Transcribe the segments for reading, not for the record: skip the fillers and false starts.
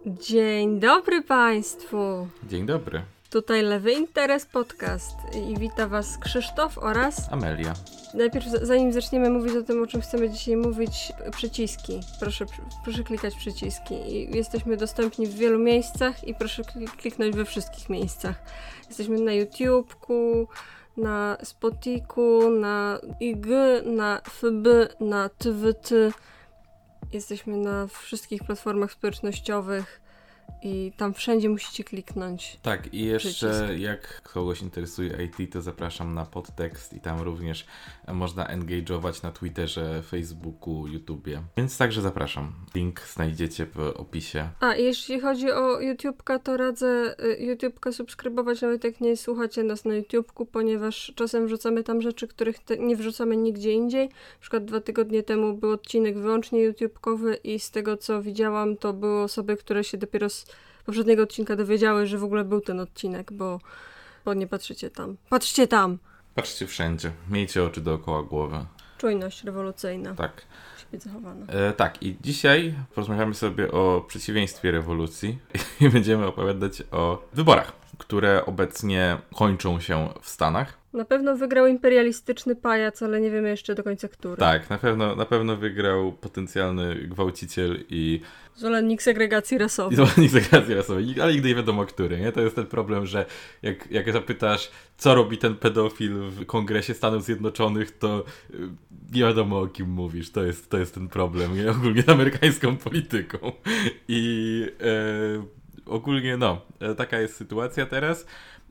Dzień dobry Państwu. Dzień dobry. Tutaj Lewy Interes Podcast i wita Was Krzysztof oraz Amelia. Najpierw, zanim zaczniemy mówić o tym, o czym chcemy dzisiaj mówić, przyciski. Proszę klikać przyciski. I jesteśmy dostępni w wielu miejscach i proszę kliknąć we wszystkich miejscach. Jesteśmy na YouTubeku, na Spotiku, na IG, na FB, na TWT. Jesteśmy na wszystkich platformach społecznościowych i tam wszędzie musicie kliknąć. Tak, i jeszcze przycisk. Jak kogoś interesuje IT, to zapraszam na podtekst i tam również można engage'ować na Twitterze, Facebooku, YouTubie. Więc także zapraszam. Link znajdziecie w opisie. A, i jeśli chodzi o YouTube'ka, to radzę YouTube'ka subskrybować, nawet jak nie słuchacie nas na YouTube'ku, ponieważ czasem wrzucamy tam rzeczy, których nie wrzucamy nigdzie indziej. Na przykład 2 tygodnie temu był odcinek wyłącznie YouTube'kowy i z tego, co widziałam, to były osoby, które się dopiero z poprzedniego odcinka dowiedziały, że w ogóle był ten odcinek, bo nie patrzycie tam. Patrzcie tam! Patrzcie wszędzie. Miejcie oczy dookoła głowy. Czujność rewolucyjna. Tak. Musi być zachowana. Tak, i dzisiaj porozmawiamy sobie o przeciwieństwie rewolucji i będziemy opowiadać o wyborach, które obecnie kończą się w Stanach. Na pewno wygrał imperialistyczny pajac, ale nie wiemy jeszcze do końca który. Tak, na pewno wygrał potencjalny gwałciciel i Zwolennik segregacji rasowej. zwolennik segregacji rasowej, ale nigdy nie wiadomo który, nie? To jest ten problem, że jak zapytasz, co robi ten pedofil w Kongresie Stanów Zjednoczonych, to nie wiadomo, o kim mówisz. To jest ten problem, nie? Ogólnie z amerykańską polityką. I ogólnie, taka jest sytuacja teraz.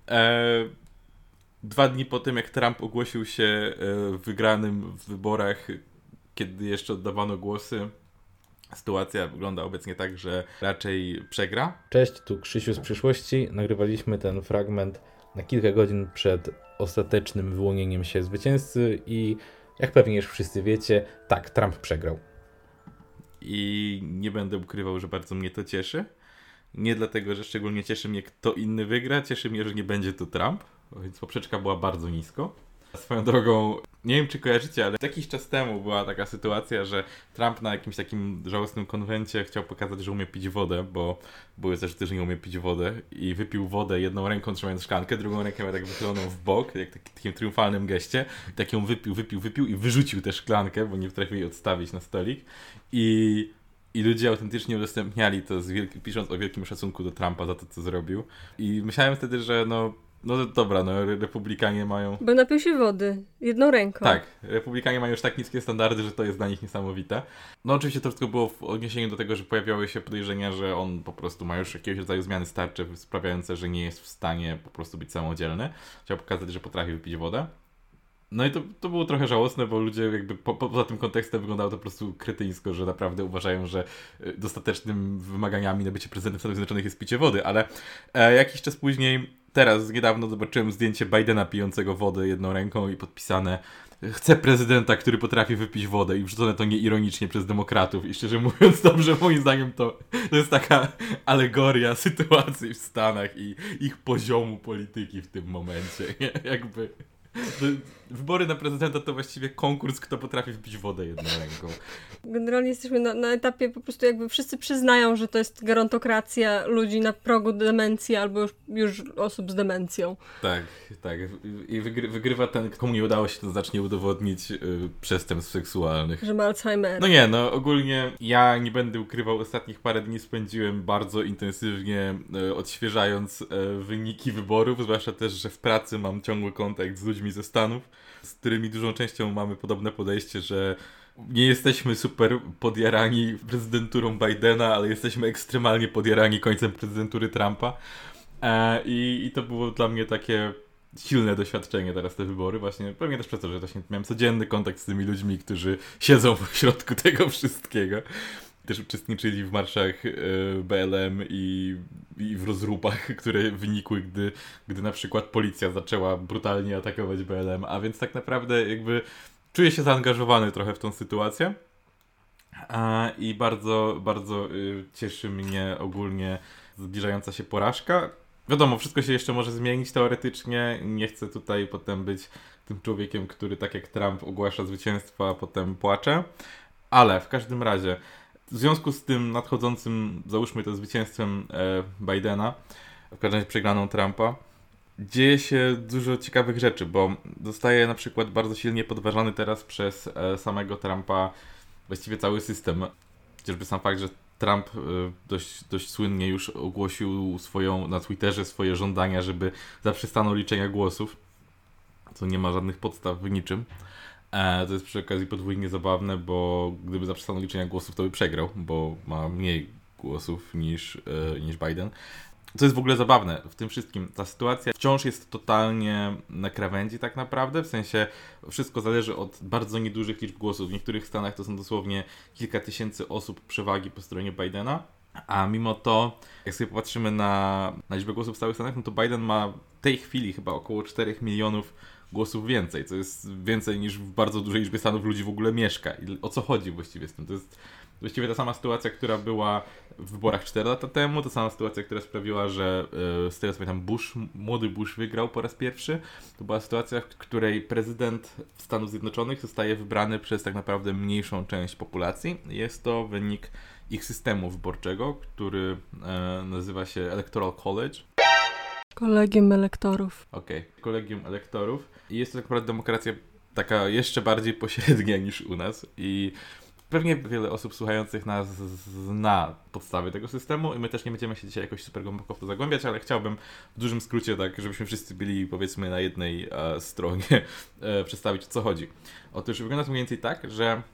2 dni po tym, jak Trump ogłosił się wygranym w wyborach, kiedy jeszcze oddawano głosy, sytuacja wygląda obecnie tak, że raczej przegra. Cześć, tu Krzysiu z przyszłości. Nagrywaliśmy ten fragment na kilka godzin przed ostatecznym wyłonieniem się zwycięzcy i jak pewnie już wszyscy wiecie, tak, Trump przegrał. I nie będę ukrywał, że bardzo mnie to cieszy. Nie dlatego, że szczególnie cieszy mnie, kto inny wygra, cieszy mnie, że nie będzie to Trump, więc poprzeczka była bardzo nisko. Swoją drogą, nie wiem czy kojarzycie, ale jakiś czas temu była taka sytuacja, że Trump na jakimś takim żałosnym konwencie chciał pokazać, że umie pić wodę, bo były zarzuty, że nie umie pić wodę i wypił wodę jedną ręką trzymając szklankę, drugą rękę miał tak wychyloną w bok, jak takim triumfalnym geście. I tak ją wypił i wyrzucił tę szklankę, bo nie potrafił jej odstawić na stolik. I ludzie autentycznie udostępniali to, pisząc o wielkim szacunku do Trumpa za to, co zrobił. I myślałem wtedy, że dobra, republikanie mają... Bo napił się wody. Jedną ręką. Tak, republikanie mają już tak niskie standardy, że to jest dla nich niesamowite. No oczywiście to wszystko było w odniesieniu do tego, że pojawiały się podejrzenia, że on po prostu ma już jakiegoś rodzaju zmiany starcze sprawiające, że nie jest w stanie po prostu być samodzielny. Chciał pokazać, że potrafi wypić wodę. No i to było trochę żałosne, bo ludzie jakby poza tym kontekstem wyglądało to po prostu kretyńsko, że naprawdę uważają, że dostatecznym wymaganiami na bycie prezydentem Stanów Zjednoczonych jest picie wody, ale jakiś czas później, niedawno zobaczyłem zdjęcie Bidena pijącego wodę jedną ręką i podpisane: chcę prezydenta, który potrafi wypić wodę, i wrzucone to nieironicznie przez demokratów. I szczerze mówiąc, dobrze, moim zdaniem to jest taka alegoria sytuacji w Stanach i ich poziomu polityki w tym momencie. Nie? Jakby... Wybory na prezydenta to właściwie konkurs, kto potrafi wypić wodę jedną ręką. Generalnie jesteśmy na etapie po prostu jakby wszyscy przyznają, że to jest gerontokracja ludzi na progu demencji albo już osób z demencją. Tak. I wygrywa ten, komu nie udało się to znacznie udowodnić przestępstw seksualnych. Że ma Alzheimera. Ogólnie ja nie będę ukrywał, ostatnich parę dni spędziłem bardzo intensywnie odświeżając wyniki wyborów, zwłaszcza też, że w pracy mam ciągły kontakt z ludźmi ze Stanów, z którymi dużą częścią mamy podobne podejście, że nie jesteśmy super podjarani prezydenturą Bidena, ale jesteśmy ekstremalnie podjarani końcem prezydentury Trumpa. I to było dla mnie takie silne doświadczenie teraz, te wybory, właśnie pewnie też przez to, że właśnie miałem codzienny kontakt z tymi ludźmi, którzy siedzą w środku tego wszystkiego. Też uczestniczyli w marszach BLM i w rozrupach, które wynikły, gdy na przykład policja zaczęła brutalnie atakować BLM, a więc tak naprawdę jakby czuję się zaangażowany trochę w tą sytuację i bardzo, bardzo cieszy mnie ogólnie zbliżająca się porażka. Wiadomo, wszystko się jeszcze może zmienić teoretycznie, nie chcę tutaj potem być tym człowiekiem, który tak jak Trump ogłasza zwycięstwo, a potem płacze, ale w każdym razie W związku z tym nadchodzącym, załóżmy to zwycięstwem Bidena, w każdym razie przegraną Trumpa, dzieje się dużo ciekawych rzeczy, bo zostaje na przykład bardzo silnie podważany teraz przez samego Trumpa właściwie cały system. Chociażby sam fakt, że Trump dość słynnie już ogłosił na Twitterze swoje żądania, żeby zaprzestano liczenia głosów, co nie ma żadnych podstaw w niczym. To jest przy okazji podwójnie zabawne, bo gdyby zaprzestano liczenia głosów, to by przegrał, bo ma mniej głosów niż Biden. Co jest w ogóle zabawne w tym wszystkim, ta sytuacja wciąż jest totalnie na krawędzi tak naprawdę, w sensie wszystko zależy od bardzo niedużych liczb głosów. W niektórych stanach to są dosłownie kilka tysięcy osób przewagi po stronie Bidena, a mimo to, jak sobie popatrzymy na liczbę głosów w całych stanach, no to Biden ma w tej chwili chyba około 4 milionów głosów więcej, co jest więcej niż w bardzo dużej liczbie stanów ludzi w ogóle mieszka. I o co chodzi właściwie z tym? To jest właściwie ta sama sytuacja, która była w wyborach 4 lata temu, ta sama sytuacja, która sprawiła, że z tego co pamiętam młody Bush wygrał po raz pierwszy. To była sytuacja, w której prezydent Stanów Zjednoczonych zostaje wybrany przez tak naprawdę mniejszą część populacji. Jest to wynik ich systemu wyborczego, który nazywa się Electoral College. Kolegium elektorów. Okej, kolegium elektorów. I jest to tak naprawdę demokracja taka jeszcze bardziej pośrednia niż u nas. I pewnie wiele osób słuchających nas zna podstawy tego systemu i my też nie będziemy się dzisiaj jakoś super głęboko w to zagłębiać, ale chciałbym w dużym skrócie, tak żebyśmy wszyscy byli powiedzmy na jednej stronie, przedstawić o co chodzi. Otóż wygląda to mniej więcej tak, że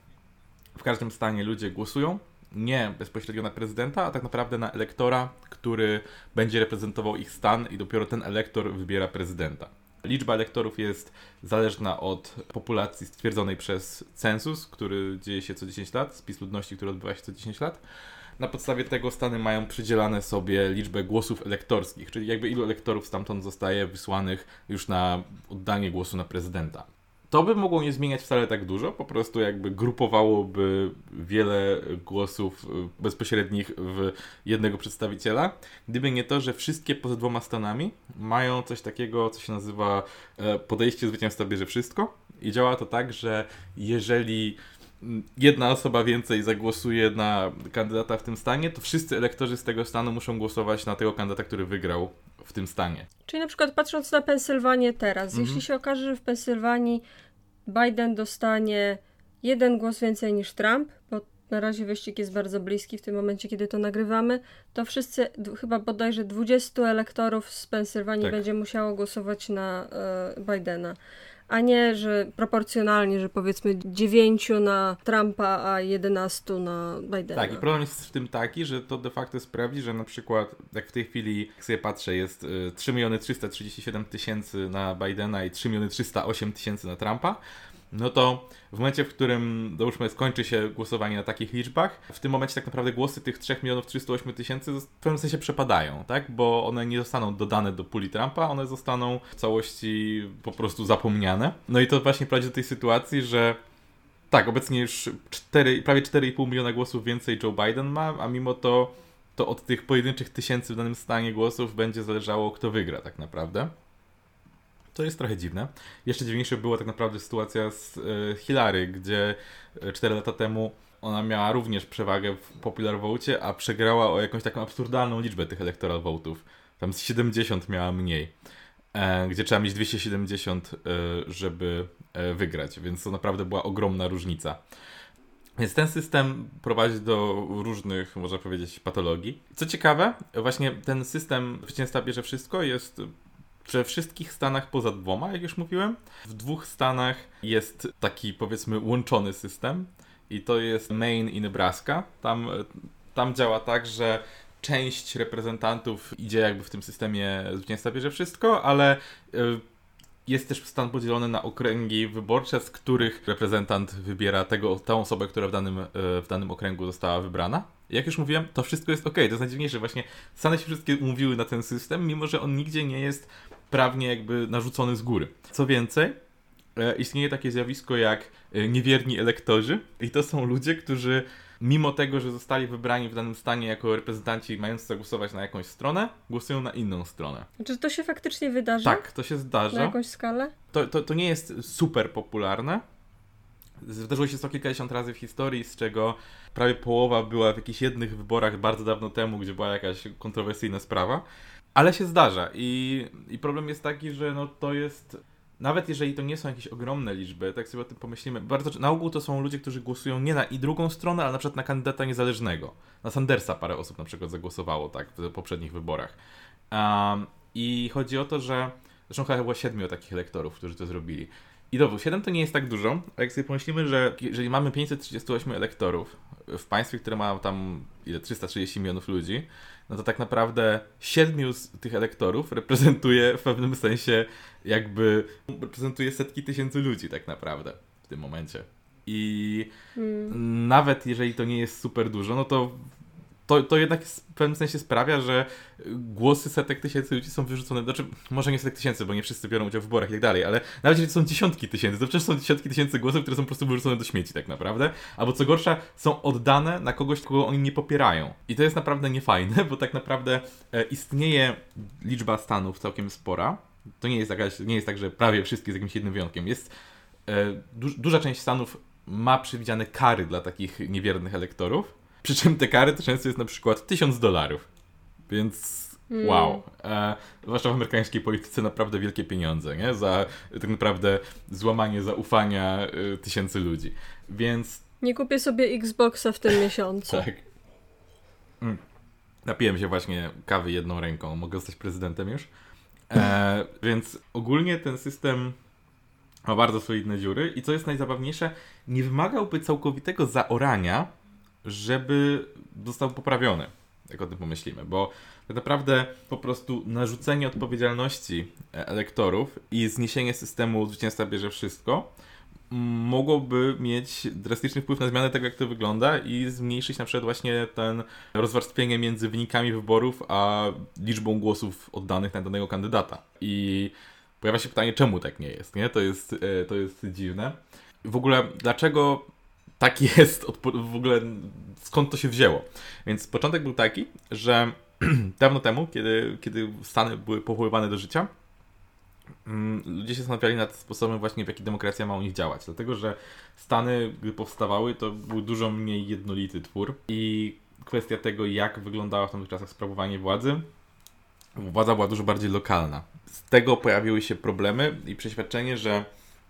w każdym stanie ludzie głosują nie bezpośrednio na prezydenta, a tak naprawdę na elektora, który będzie reprezentował ich stan i dopiero ten elektor wybiera prezydenta. Liczba elektorów jest zależna od populacji stwierdzonej przez census, który dzieje się co 10 lat, spis ludności, który odbywa się co 10 lat. Na podstawie tego stany mają przydzielane sobie liczbę głosów elektorskich, czyli jakby ilu elektorów stamtąd zostaje wysłanych już na oddanie głosu na prezydenta. To by mogło nie zmieniać wcale tak dużo, po prostu jakby grupowałoby wiele głosów bezpośrednich w jednego przedstawiciela, gdyby nie to, że wszystkie poza 2 stanami mają coś takiego, co się nazywa podejście zwycięstwa bierze wszystko i działa to tak, że jeżeli jedna osoba więcej zagłosuje na kandydata w tym stanie, to wszyscy elektorzy z tego stanu muszą głosować na tego kandydata, który wygrał w tym stanie. Czyli na przykład patrząc na Pensylwanię teraz, jeśli się okaże, że w Pensylwanii Biden dostanie 1 głos więcej niż Trump, bo na razie wyścig jest bardzo bliski w tym momencie, kiedy to nagrywamy, to wszyscy, chyba bodajże 20 elektorów z Pensylwanii będzie musiało głosować na Bidena. A nie, że proporcjonalnie, że powiedzmy 9 na Trumpa, a 11 na Bidena. Tak, i problem jest w tym taki, że to de facto sprawdzi, że na przykład, jak w tej chwili, jak sobie patrzę, jest 3 337 000 na Bidena i 3 308 000 na Trumpa, no to w momencie, w którym załóżmy skończy się głosowanie na takich liczbach, w tym momencie tak naprawdę głosy tych 3 308 000 w pewnym sensie przepadają, tak? Bo one nie zostaną dodane do puli Trumpa, one zostaną w całości po prostu zapomniane. No i to właśnie prowadzi do tej sytuacji, że tak, obecnie już prawie 4,5 miliona głosów więcej Joe Biden ma, a mimo to od tych pojedynczych tysięcy w danym stanie głosów będzie zależało, kto wygra tak naprawdę. To jest trochę dziwne. Jeszcze dziwniejsza była tak naprawdę sytuacja z Hillary, gdzie 4 lata temu ona miała również przewagę w popular vote, a przegrała o jakąś taką absurdalną liczbę tych electoral vote'ów. Tam z 70 miała mniej, gdzie trzeba mieć 270, żeby wygrać, więc to naprawdę była ogromna różnica. Więc ten system prowadzi do różnych, można powiedzieć, patologii. Co ciekawe, właśnie ten system zwycięstwa bierze wszystko jest we wszystkich stanach poza 2, jak już mówiłem. W 2 stanach jest taki, powiedzmy, łączony system i to jest Maine i Nebraska. Tam działa tak, że część reprezentantów idzie jakby w tym systemie zwycięstwa bierze wszystko, ale jest też stan podzielony na okręgi wyborcze, z których reprezentant wybiera tę osobę, która w danym okręgu została wybrana. Jak już mówiłem, to wszystko jest okej. To jest najdziwniejsze. Właśnie Stany się wszystkie umówiły na ten system, mimo że on nigdzie nie jest prawnie jakby narzucony z góry. Co więcej, istnieje takie zjawisko jak niewierni elektorzy i to są ludzie, którzy mimo tego, że zostali wybrani w danym stanie jako reprezentanci mający zagłosować na jakąś stronę, głosują na inną stronę. Czy to się faktycznie wydarza? Tak, to się zdarza. Na jakąś skalę? To nie jest super popularne, Zdarzyło się to kilkadziesiąt razy w historii, z czego prawie połowa była w jakichś jednych wyborach bardzo dawno temu, gdzie była jakaś kontrowersyjna sprawa. Ale się zdarza i problem jest taki, że no to jest... Nawet jeżeli to nie są jakieś ogromne liczby, tak sobie o tym pomyślimy, na ogół to są ludzie, którzy głosują nie na i drugą stronę, ale na przykład na kandydata niezależnego. Na Sandersa parę osób na przykład zagłosowało tak w poprzednich wyborach. I chodzi o to, że zresztą chyba było 7 takich elektorów, którzy to zrobili. I dobrze, 7 to nie jest tak dużo, a jak sobie pomyślimy, że jeżeli mamy 538 elektorów w państwie, które ma tam 330 milionów ludzi, no to tak naprawdę 7 z tych elektorów reprezentuje w pewnym sensie reprezentuje setki tysięcy ludzi tak naprawdę w tym momencie. I nawet jeżeli to nie jest super dużo, no to jednak w pewnym sensie sprawia, że głosy setek tysięcy ludzi są wyrzucone, znaczy może nie setek tysięcy, bo nie wszyscy biorą udział w wyborach i tak dalej, ale nawet jeżeli to są dziesiątki tysięcy, to przecież są dziesiątki tysięcy głosów, które są po prostu wyrzucone do śmieci tak naprawdę, albo co gorsza, są oddane na kogoś, kogo oni nie popierają. I to jest naprawdę niefajne, bo tak naprawdę istnieje liczba stanów całkiem spora. To nie jest tak, że prawie wszystkie z jakimś jednym wyjątkiem. Jest duża część stanów ma przewidziane kary dla takich niewiernych elektorów. Przy czym te kary to często jest na przykład $1000. Więc wow. Zwłaszcza w amerykańskiej polityce naprawdę wielkie pieniądze, nie? Za tak naprawdę złamanie zaufania tysięcy ludzi. Więc... Nie kupię sobie Xboxa w tym miesiącu. Tak. Napiłem się właśnie kawy jedną ręką. Mogę zostać prezydentem już. Więc ogólnie ten system ma bardzo solidne dziury i co jest najzabawniejsze, nie wymagałby całkowitego zaorania, żeby został poprawiony, jak o tym pomyślimy, bo tak naprawdę po prostu narzucenie odpowiedzialności elektorów i zniesienie systemu zwycięzca bierze wszystko mogłoby mieć drastyczny wpływ na zmianę tego, jak to wygląda i zmniejszyć na przykład właśnie ten rozwarstwienie między wynikami wyborów a liczbą głosów oddanych na danego kandydata. I pojawia się pytanie, czemu tak nie jest, nie? To jest dziwne. W ogóle, dlaczego tak jest, w ogóle skąd to się wzięło? Więc początek był taki, że dawno temu, kiedy Stany były powoływane do życia, ludzie się zastanawiali nad sposobem właśnie, w jaki demokracja ma u nich działać. Dlatego, że Stany, gdy powstawały, to był dużo mniej jednolity twór i kwestia tego, jak wyglądało w tamtych czasach sprawowanie władzy, władza była dużo bardziej lokalna. Z tego pojawiły się problemy i przeświadczenie, że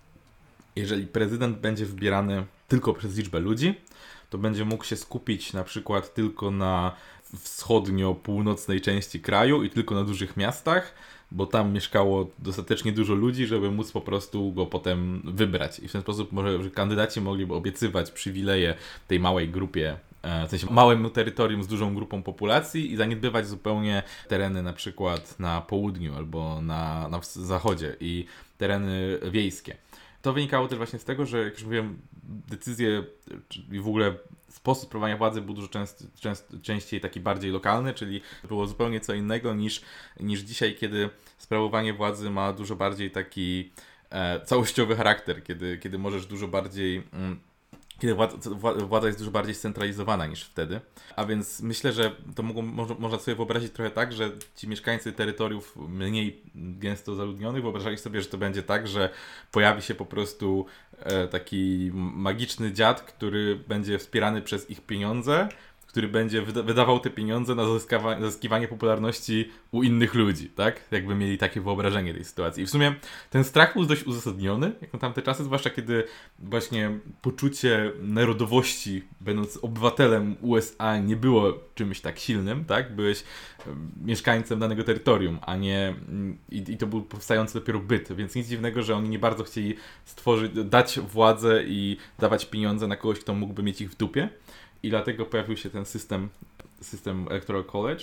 jeżeli prezydent będzie wybierany tylko przez liczbę ludzi, to będzie mógł się skupić na przykład tylko na wschodnio-północnej części kraju i tylko na dużych miastach, bo tam mieszkało dostatecznie dużo ludzi, żeby móc po prostu go potem wybrać. I w ten sposób może, że kandydaci mogliby obiecywać przywileje tej małej grupie, w sensie małemu terytorium z dużą grupą populacji i zaniedbywać zupełnie tereny na przykład na południu albo na zachodzie i tereny wiejskie. To wynikało też właśnie z tego, że jak już mówiłem, decyzje i w ogóle sposób sprawowania władzy był dużo częściej taki bardziej lokalny, czyli było zupełnie co innego niż dzisiaj, kiedy sprawowanie władzy ma dużo bardziej taki całościowy charakter, kiedy możesz dużo bardziej... Kiedy władza jest dużo bardziej scentralizowana niż wtedy. A więc myślę, że to można sobie wyobrazić trochę tak, że ci mieszkańcy terytoriów mniej gęsto zaludnionych wyobrażali sobie, że to będzie tak, że pojawi się po prostu taki magiczny dziad, który będzie wspierany przez ich pieniądze, który będzie wydawał te pieniądze na zyskiwanie popularności u innych ludzi, tak? Jakby mieli takie wyobrażenie tej sytuacji. I w sumie ten strach był dość uzasadniony, jak na tamte czasy, zwłaszcza kiedy właśnie poczucie narodowości, będąc obywatelem USA, nie było czymś tak silnym, tak? Byłeś mieszkańcem danego terytorium, a nie... I to był powstający dopiero byt, więc nic dziwnego, że oni nie bardzo chcieli dać władzę i dawać pieniądze na kogoś, kto mógłby mieć ich w dupie. I dlatego pojawił się ten system Electoral College.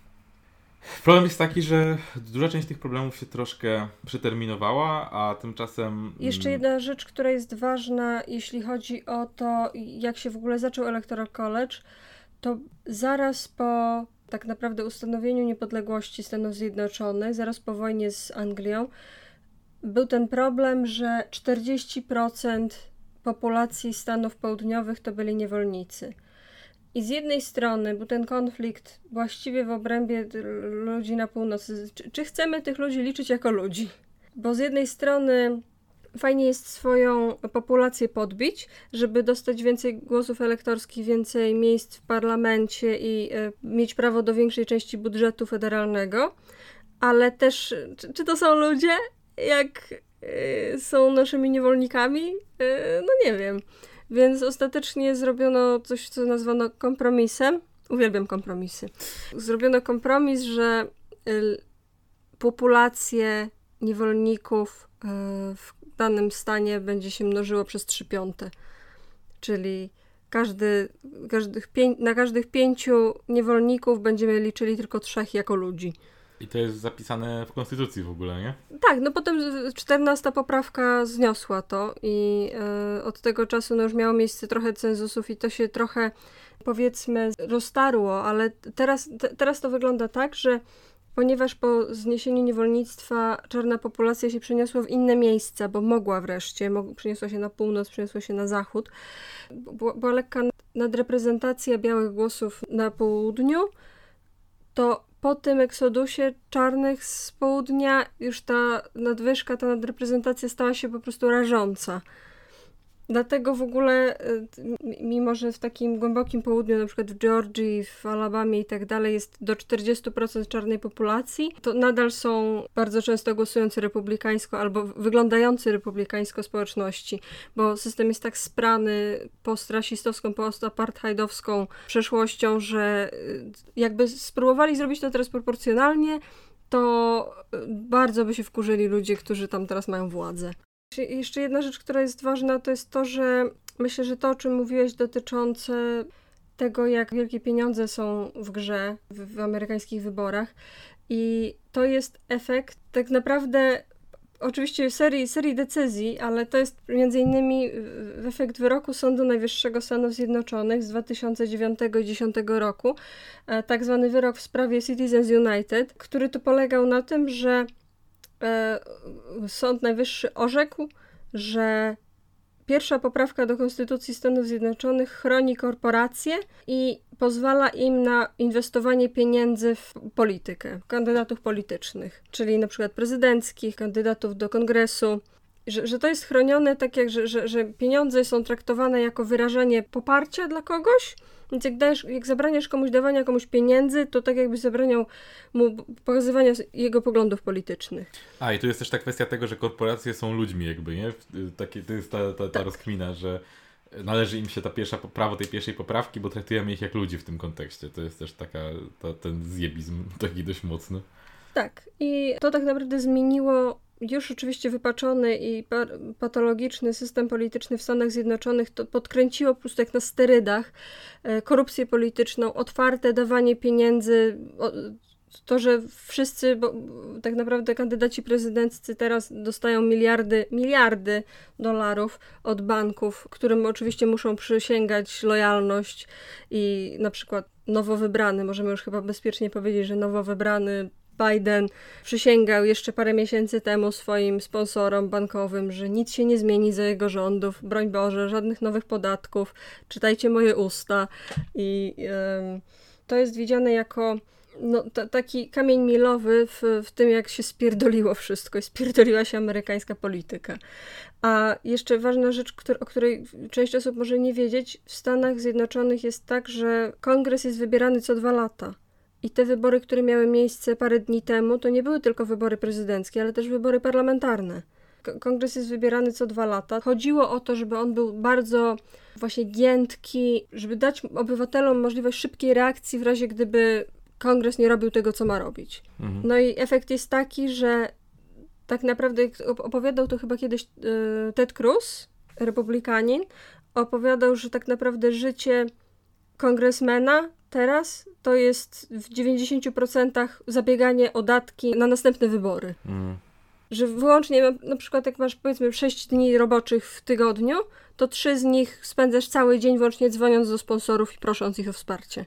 Problem jest taki, że duża część tych problemów się troszkę przeterminowała, a tymczasem... Jeszcze jedna rzecz, która jest ważna, jeśli chodzi o to, jak się w ogóle zaczął Electoral College, to zaraz po tak naprawdę ustanowieniu niepodległości Stanów Zjednoczonych, zaraz po wojnie z Anglią, był ten problem, że 40% populacji Stanów Południowych to byli niewolnicy. I z jednej strony był ten konflikt właściwie w obrębie ludzi na północy. Czy chcemy tych ludzi liczyć jako ludzi? Bo z jednej strony fajnie jest swoją populację podbić, żeby dostać więcej głosów elektorskich, więcej miejsc w parlamencie i mieć prawo do większej części budżetu federalnego, ale też, czy to są ludzie, jak są naszymi niewolnikami? No nie wiem. Więc ostatecznie zrobiono coś, co nazwano kompromisem. Uwielbiam kompromisy. Zrobiono kompromis, że populację niewolników w danym stanie będzie się mnożyło przez 3/5. Czyli na każdych 5 niewolników będziemy liczyli tylko 3 jako ludzi. I to jest zapisane w Konstytucji w ogóle, nie? Tak, no potem 14 poprawka zniosła to i od tego czasu no już miało miejsce trochę cenzusów i to się trochę, powiedzmy, roztarło, ale teraz to wygląda tak, że ponieważ po zniesieniu niewolnictwa czarna populacja się przeniosła w inne miejsca, bo mogła wreszcie, przeniosła się na północ, przeniosła się na zachód, była lekka nadreprezentacja białych głosów na południu, to po tym eksodusie czarnych z południa już ta nadwyżka, ta nadreprezentacja stała się po prostu rażąca. Dlatego w ogóle, mimo że w takim głębokim południu, na przykład w Georgii, w Alabamie i tak dalej jest do 40% czarnej populacji, to nadal są bardzo często głosujący republikańsko albo wyglądający republikańsko społeczności, bo system jest tak sprany postrasistowską, postapartheidowską przeszłością, że jakby spróbowali zrobić to teraz proporcjonalnie, to bardzo by się wkurzyli ludzie, którzy tam teraz mają władzę. Jeszcze jedna rzecz, która jest ważna, to jest to, że myślę, że to, o czym mówiłeś dotyczące tego, jak wielkie pieniądze są w grze w amerykańskich wyborach i to jest efekt tak naprawdę oczywiście serii decyzji, ale to jest między innymi efekt wyroku Sądu Najwyższego Stanów Zjednoczonych z 2009 i 2010 roku, tak zwany wyrok w sprawie Citizens United, który to polegał na tym, że Sąd Najwyższy orzekł, że pierwsza poprawka do Konstytucji Stanów Zjednoczonych chroni korporacje i pozwala im na inwestowanie pieniędzy w politykę, kandydatów politycznych, czyli na przykład prezydenckich, kandydatów do kongresu, że to jest chronione tak jak, że pieniądze są traktowane jako wyrażenie poparcia dla kogoś. Więc jak zabraniasz komuś dawania komuś pieniędzy, to tak jakbyś zabraniał mu pokazywania jego poglądów politycznych. I tu jest też ta kwestia tego, że korporacje są ludźmi jakby, nie? To jest ta rozkmina, że należy im się prawo tej pierwszej poprawki, bo traktujemy ich jak ludzi w tym kontekście. To jest też ten zjebizm taki dość mocny. Tak. I to tak naprawdę zmieniło już oczywiście wypaczony i patologiczny system polityczny w Stanach Zjednoczonych, to podkręciło po prostu jak na sterydach korupcję polityczną, otwarte dawanie pieniędzy, to, że wszyscy, bo tak naprawdę kandydaci prezydenccy teraz dostają miliardy dolarów od banków, którym oczywiście muszą przysięgać lojalność i na przykład nowo wybrany, możemy już chyba bezpiecznie powiedzieć, że nowo wybrany Biden przysięgał jeszcze parę miesięcy temu swoim sponsorom bankowym, że nic się nie zmieni za jego rządów, broń Boże, żadnych nowych podatków, czytajcie moje usta. I to jest widziane jako taki kamień milowy w tym, jak się spierdoliło wszystko i spierdoliła się amerykańska polityka. A jeszcze ważna rzecz, o której część osób może nie wiedzieć, w Stanach Zjednoczonych jest tak, że kongres jest wybierany co 2 lata. I te wybory, które miały miejsce parę dni temu, to nie były tylko wybory prezydenckie, ale też wybory parlamentarne. Kongres jest wybierany co 2 lata. Chodziło o to, żeby on był bardzo właśnie giętki, żeby dać obywatelom możliwość szybkiej reakcji w razie, gdyby kongres nie robił tego, co ma robić. Mhm. No i efekt jest taki, że tak naprawdę, opowiadał to chyba kiedyś Ted Cruz, republikanin, opowiadał, że tak naprawdę życie kongresmena teraz to jest w 90% zabieganie o datki na następne wybory. Że wyłącznie, na przykład jak masz powiedzmy 6 dni roboczych w tygodniu, to 3 z nich spędzasz cały dzień wyłącznie dzwoniąc do sponsorów i prosząc ich o wsparcie.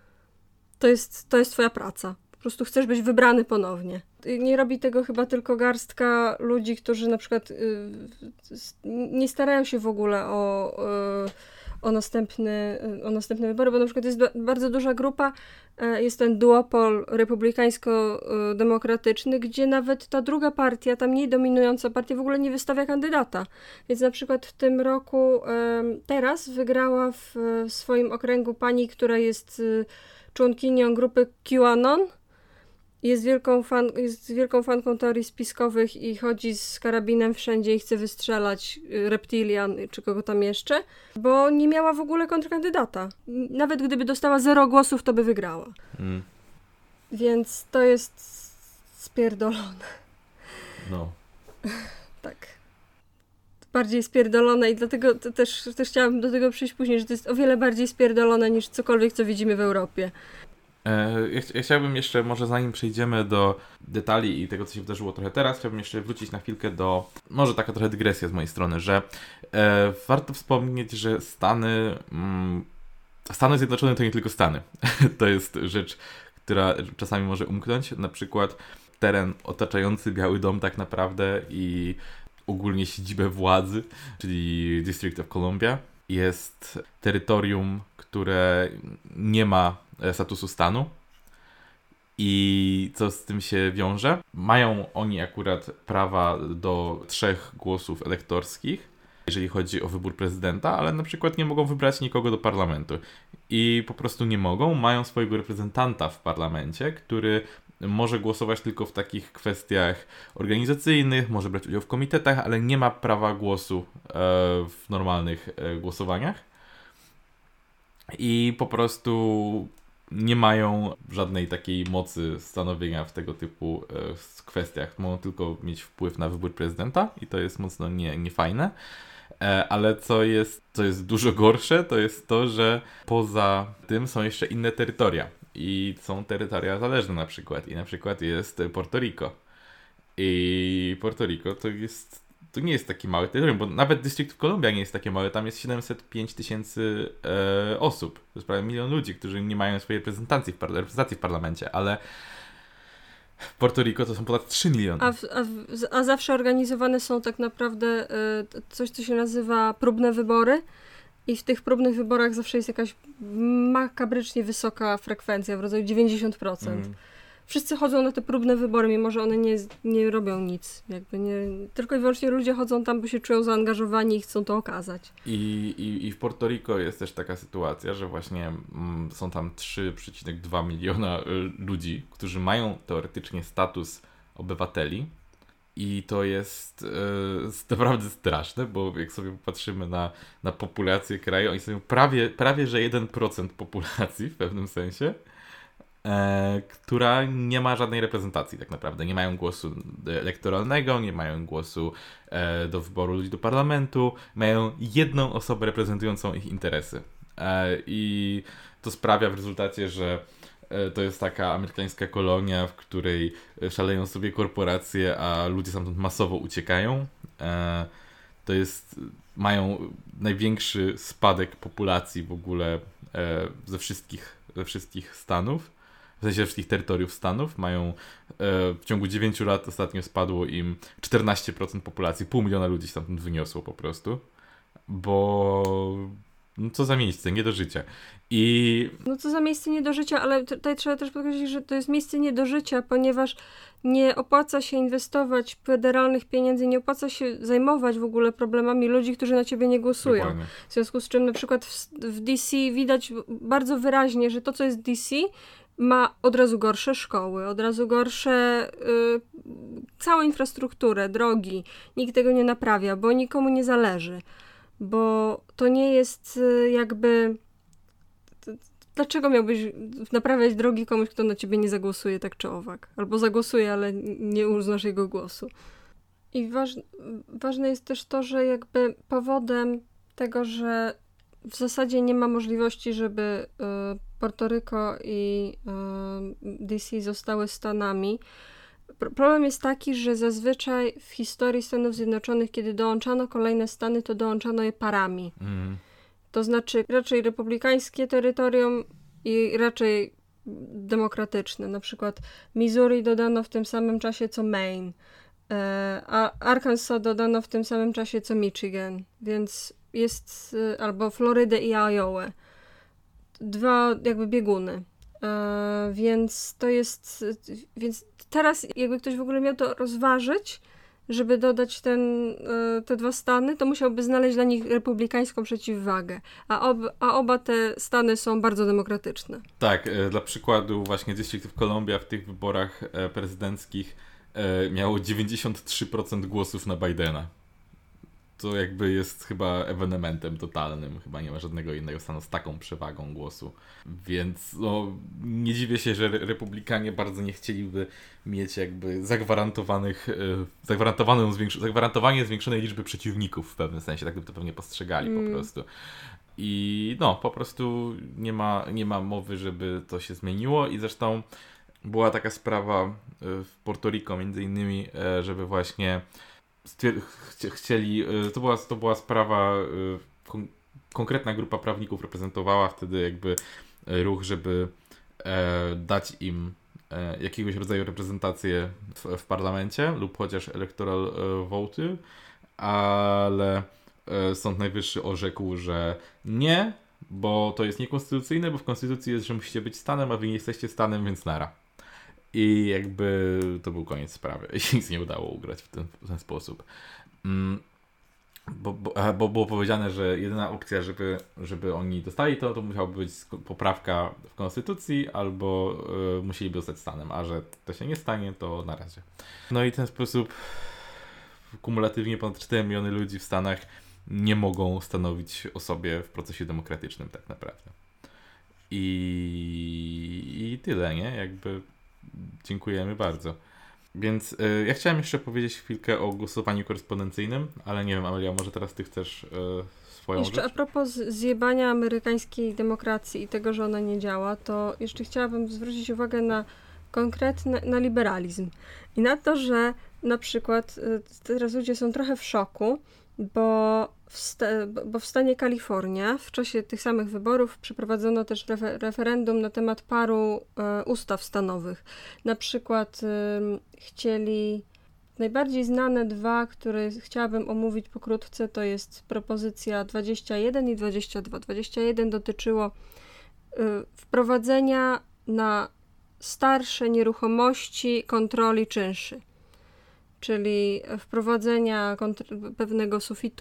To jest twoja praca. Po prostu chcesz być wybrany ponownie. Nie robi tego chyba tylko garstka ludzi, którzy na przykład nie starają się w ogóle o następne wybory, bo na przykład jest bardzo duża grupa, jest ten duopol republikańsko-demokratyczny, gdzie nawet ta druga partia, ta mniej dominująca partia w ogóle nie wystawia kandydata. Więc na przykład w tym roku, teraz wygrała w swoim okręgu pani, która jest członkinią grupy QAnon. Jest wielką fanką teorii spiskowych i chodzi z karabinem wszędzie i chce wystrzelać reptilian czy kogo tam jeszcze, bo nie miała w ogóle kontrkandydata. Nawet gdyby dostała 0 głosów, to by wygrała. Więc to jest spierdolone. No. Tak. Bardziej spierdolone i dlatego też chciałabym do tego przyjść później, że to jest o wiele bardziej spierdolone niż cokolwiek, co widzimy w Europie. Ja chciałbym jeszcze, może zanim przejdziemy do detali i tego, co się wydarzyło trochę teraz, chciałbym jeszcze wrócić na chwilkę do, może taka trochę dygresja z mojej strony, że warto wspomnieć, że Stany Zjednoczone to nie tylko Stany. To jest rzecz, która czasami może umknąć. Na przykład teren otaczający Biały Dom tak naprawdę i ogólnie siedzibę władzy, czyli District of Columbia, jest terytorium, które nie ma statusu stanu. I co z tym się wiąże? Mają oni akurat prawa do 3 głosów elektorskich, jeżeli chodzi o wybór prezydenta, ale na przykład nie mogą wybrać nikogo do parlamentu. I po prostu nie mogą. Mają swojego reprezentanta w parlamencie, który może głosować tylko w takich kwestiach organizacyjnych, może brać udział w komitetach, ale nie ma prawa głosu w normalnych głosowaniach. I po prostu nie mają żadnej takiej mocy stanowienia w tego typu kwestiach. Mogą tylko mieć wpływ na wybór prezydenta i to jest mocno niefajne. Ale co jest dużo gorsze, to jest to, że poza tym są jeszcze inne terytoria. I są terytoria zależne na przykład. I na przykład jest Puerto Rico. I Puerto Rico to nie jest taki mały terytorium, bo nawet District of Columbia nie jest takie małe. Tam jest 705 tysięcy osób. To jest prawie 1 milion ludzi, którzy nie mają swojej reprezentacji w parlamencie, ale Puerto Rico to są ponad 3 miliony. A zawsze organizowane są tak naprawdę coś, co się nazywa próbne wybory. I w tych próbnych wyborach zawsze jest jakaś makabrycznie wysoka frekwencja, w rodzaju 90%. Wszyscy chodzą na te próbne wybory, mimo że one nie robią nic. Tylko i wyłącznie ludzie chodzą tam, bo się czują zaangażowani i chcą to okazać. I w Puerto Rico jest też taka sytuacja, że właśnie są tam 3,2 miliona ludzi, którzy mają teoretycznie status obywateli. I to jest naprawdę straszne, bo jak sobie popatrzymy na populację kraju, oni są prawie że 1% populacji w pewnym sensie, która nie ma żadnej reprezentacji tak naprawdę. Nie mają głosu elektoralnego, nie mają głosu do wyboru ludzi do parlamentu, mają jedną osobę reprezentującą ich interesy. I to sprawia w rezultacie, że to jest taka amerykańska kolonia, w której szaleją sobie korporacje, a ludzie stamtąd masowo uciekają. Mają największy spadek populacji w ogóle ze wszystkich stanów, w sensie ze wszystkich terytoriów stanów. Mają w ciągu 9 lat ostatnio spadło im 14% populacji, 500 000 ludzi stamtąd wyniosło po prostu, bo co za miejsce, nie do życia. No co za miejsce nie do życia, ale tutaj trzeba też podkreślić, że to jest miejsce nie do życia, ponieważ nie opłaca się inwestować federalnych pieniędzy, nie opłaca się zajmować w ogóle problemami ludzi, którzy na ciebie nie głosują. Dokładnie. W związku z czym na przykład w DC widać bardzo wyraźnie, że to, co jest DC, ma od razu gorsze szkoły, od razu gorsze całą infrastrukturę, drogi. Nikt tego nie naprawia, bo nikomu nie zależy. Bo to nie jest jakby... Dlaczego miałbyś naprawiać drogi komuś, kto na ciebie nie zagłosuje tak czy owak? Albo zagłosuje, ale nie uznasz jego głosu. I ważne jest też to, że jakby powodem tego, że w zasadzie nie ma możliwości, żeby Puerto Rico i DC zostały stanami. Problem jest taki, że zazwyczaj w historii Stanów Zjednoczonych, kiedy dołączano kolejne stany, to dołączano je parami. To znaczy raczej republikańskie terytorium i raczej demokratyczne. Na przykład Missouri dodano w tym samym czasie co Maine, a Arkansas dodano w tym samym czasie co Michigan. Więc jest albo Florydę i Iowę. 2 jakby bieguny. Więc to jest... Więc teraz jakby ktoś w ogóle miał to rozważyć, żeby dodać te 2 stany, to musiałby znaleźć dla nich republikańską przeciwwagę. A oba te stany są bardzo demokratyczne. Tak, dla przykładu właśnie District of Columbia w tych wyborach prezydenckich miało 93% głosów na Bidena. To jakby jest chyba ewenementem totalnym. Chyba nie ma żadnego innego stanu z taką przewagą głosu. Więc no, nie dziwię się, że republikanie bardzo nie chcieliby mieć jakby zagwarantowanie zwiększonej liczby przeciwników w pewnym sensie. Tak by to pewnie postrzegali po prostu. I no, po prostu nie ma mowy, żeby to się zmieniło i zresztą była taka sprawa w Puerto Rico między innymi, żeby właśnie chcieli, to była sprawa, konkretna grupa prawników reprezentowała wtedy jakby ruch, żeby dać im jakiegoś rodzaju reprezentację w parlamencie lub chociaż electoral vote, ale Sąd Najwyższy orzekł, że nie, bo to jest niekonstytucyjne, bo w konstytucji jest, że musicie być stanem, a wy nie jesteście stanem, więc nara. I jakby to był koniec sprawy. I nic nie udało ugrać w ten sposób. Bo było powiedziane, że jedyna opcja, żeby oni dostali to musiałaby być poprawka w konstytucji, albo musieliby zostać stanem, a że to się nie stanie, to na razie. No i w ten sposób kumulatywnie ponad 4 miliony ludzi w Stanach nie mogą stanowić o sobie w procesie demokratycznym tak naprawdę. I tyle, nie? Jakby dziękujemy bardzo. Więc ja chciałem jeszcze powiedzieć chwilkę o głosowaniu korespondencyjnym, ale nie wiem, Amelia, może teraz ty chcesz swoją jeszcze rzecz? A propos zjebania amerykańskiej demokracji i tego, że ona nie działa, to jeszcze chciałabym zwrócić uwagę na na liberalizm i na to, że na przykład teraz ludzie są trochę w szoku, bo w stanie Kalifornia w czasie tych samych wyborów przeprowadzono też referendum na temat paru ustaw stanowych. Na przykład chcieli najbardziej znane 2, które chciałabym omówić pokrótce, to jest propozycja 21 i 22. 21 dotyczyło wprowadzenia na starsze nieruchomości kontroli czynszy, czyli wprowadzenia pewnego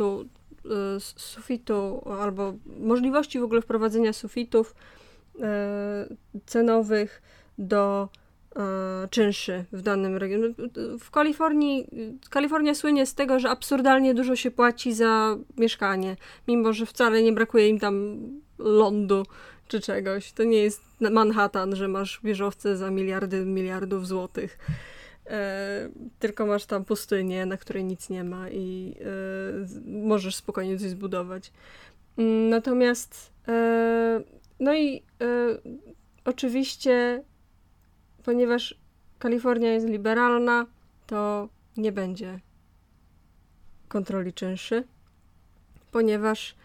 sufitu albo możliwości w ogóle wprowadzenia sufitów cenowych do czynszy w danym regionie. W Kalifornia słynie z tego, że absurdalnie dużo się płaci za mieszkanie, mimo że wcale nie brakuje im tam lądu czy czegoś. To nie jest Manhattan, że masz wieżowce za miliardów złotych. Tylko masz tam pustynię, na której nic nie ma i możesz spokojnie coś zbudować. Natomiast oczywiście, ponieważ Kalifornia jest liberalna, to nie będzie kontroli czynszy, ponieważ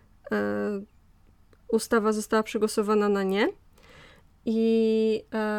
ustawa została przegłosowana na nie i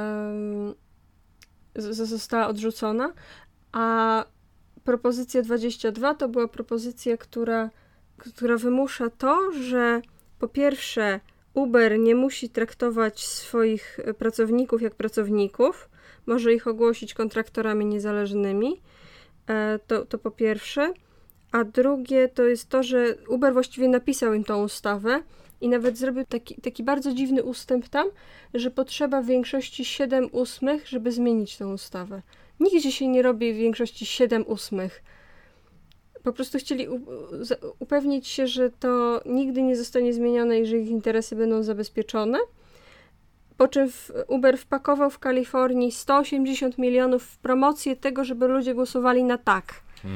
została odrzucona, a propozycja 22 to była propozycja, która wymusza to, że po pierwsze Uber nie musi traktować swoich pracowników jak pracowników, może ich ogłosić kontraktorami niezależnymi, to po pierwsze, a drugie to jest to, że Uber właściwie napisał im tą ustawę i nawet zrobił taki bardzo dziwny ustęp tam, że potrzeba w większości 7/8, żeby zmienić tę ustawę. Nigdzie się nie robi w większości 7/8. Po prostu chcieli upewnić się, że to nigdy nie zostanie zmienione i że ich interesy będą zabezpieczone. Po czym Uber wpakował w Kalifornii 180 milionów w promocję tego, żeby ludzie głosowali na tak.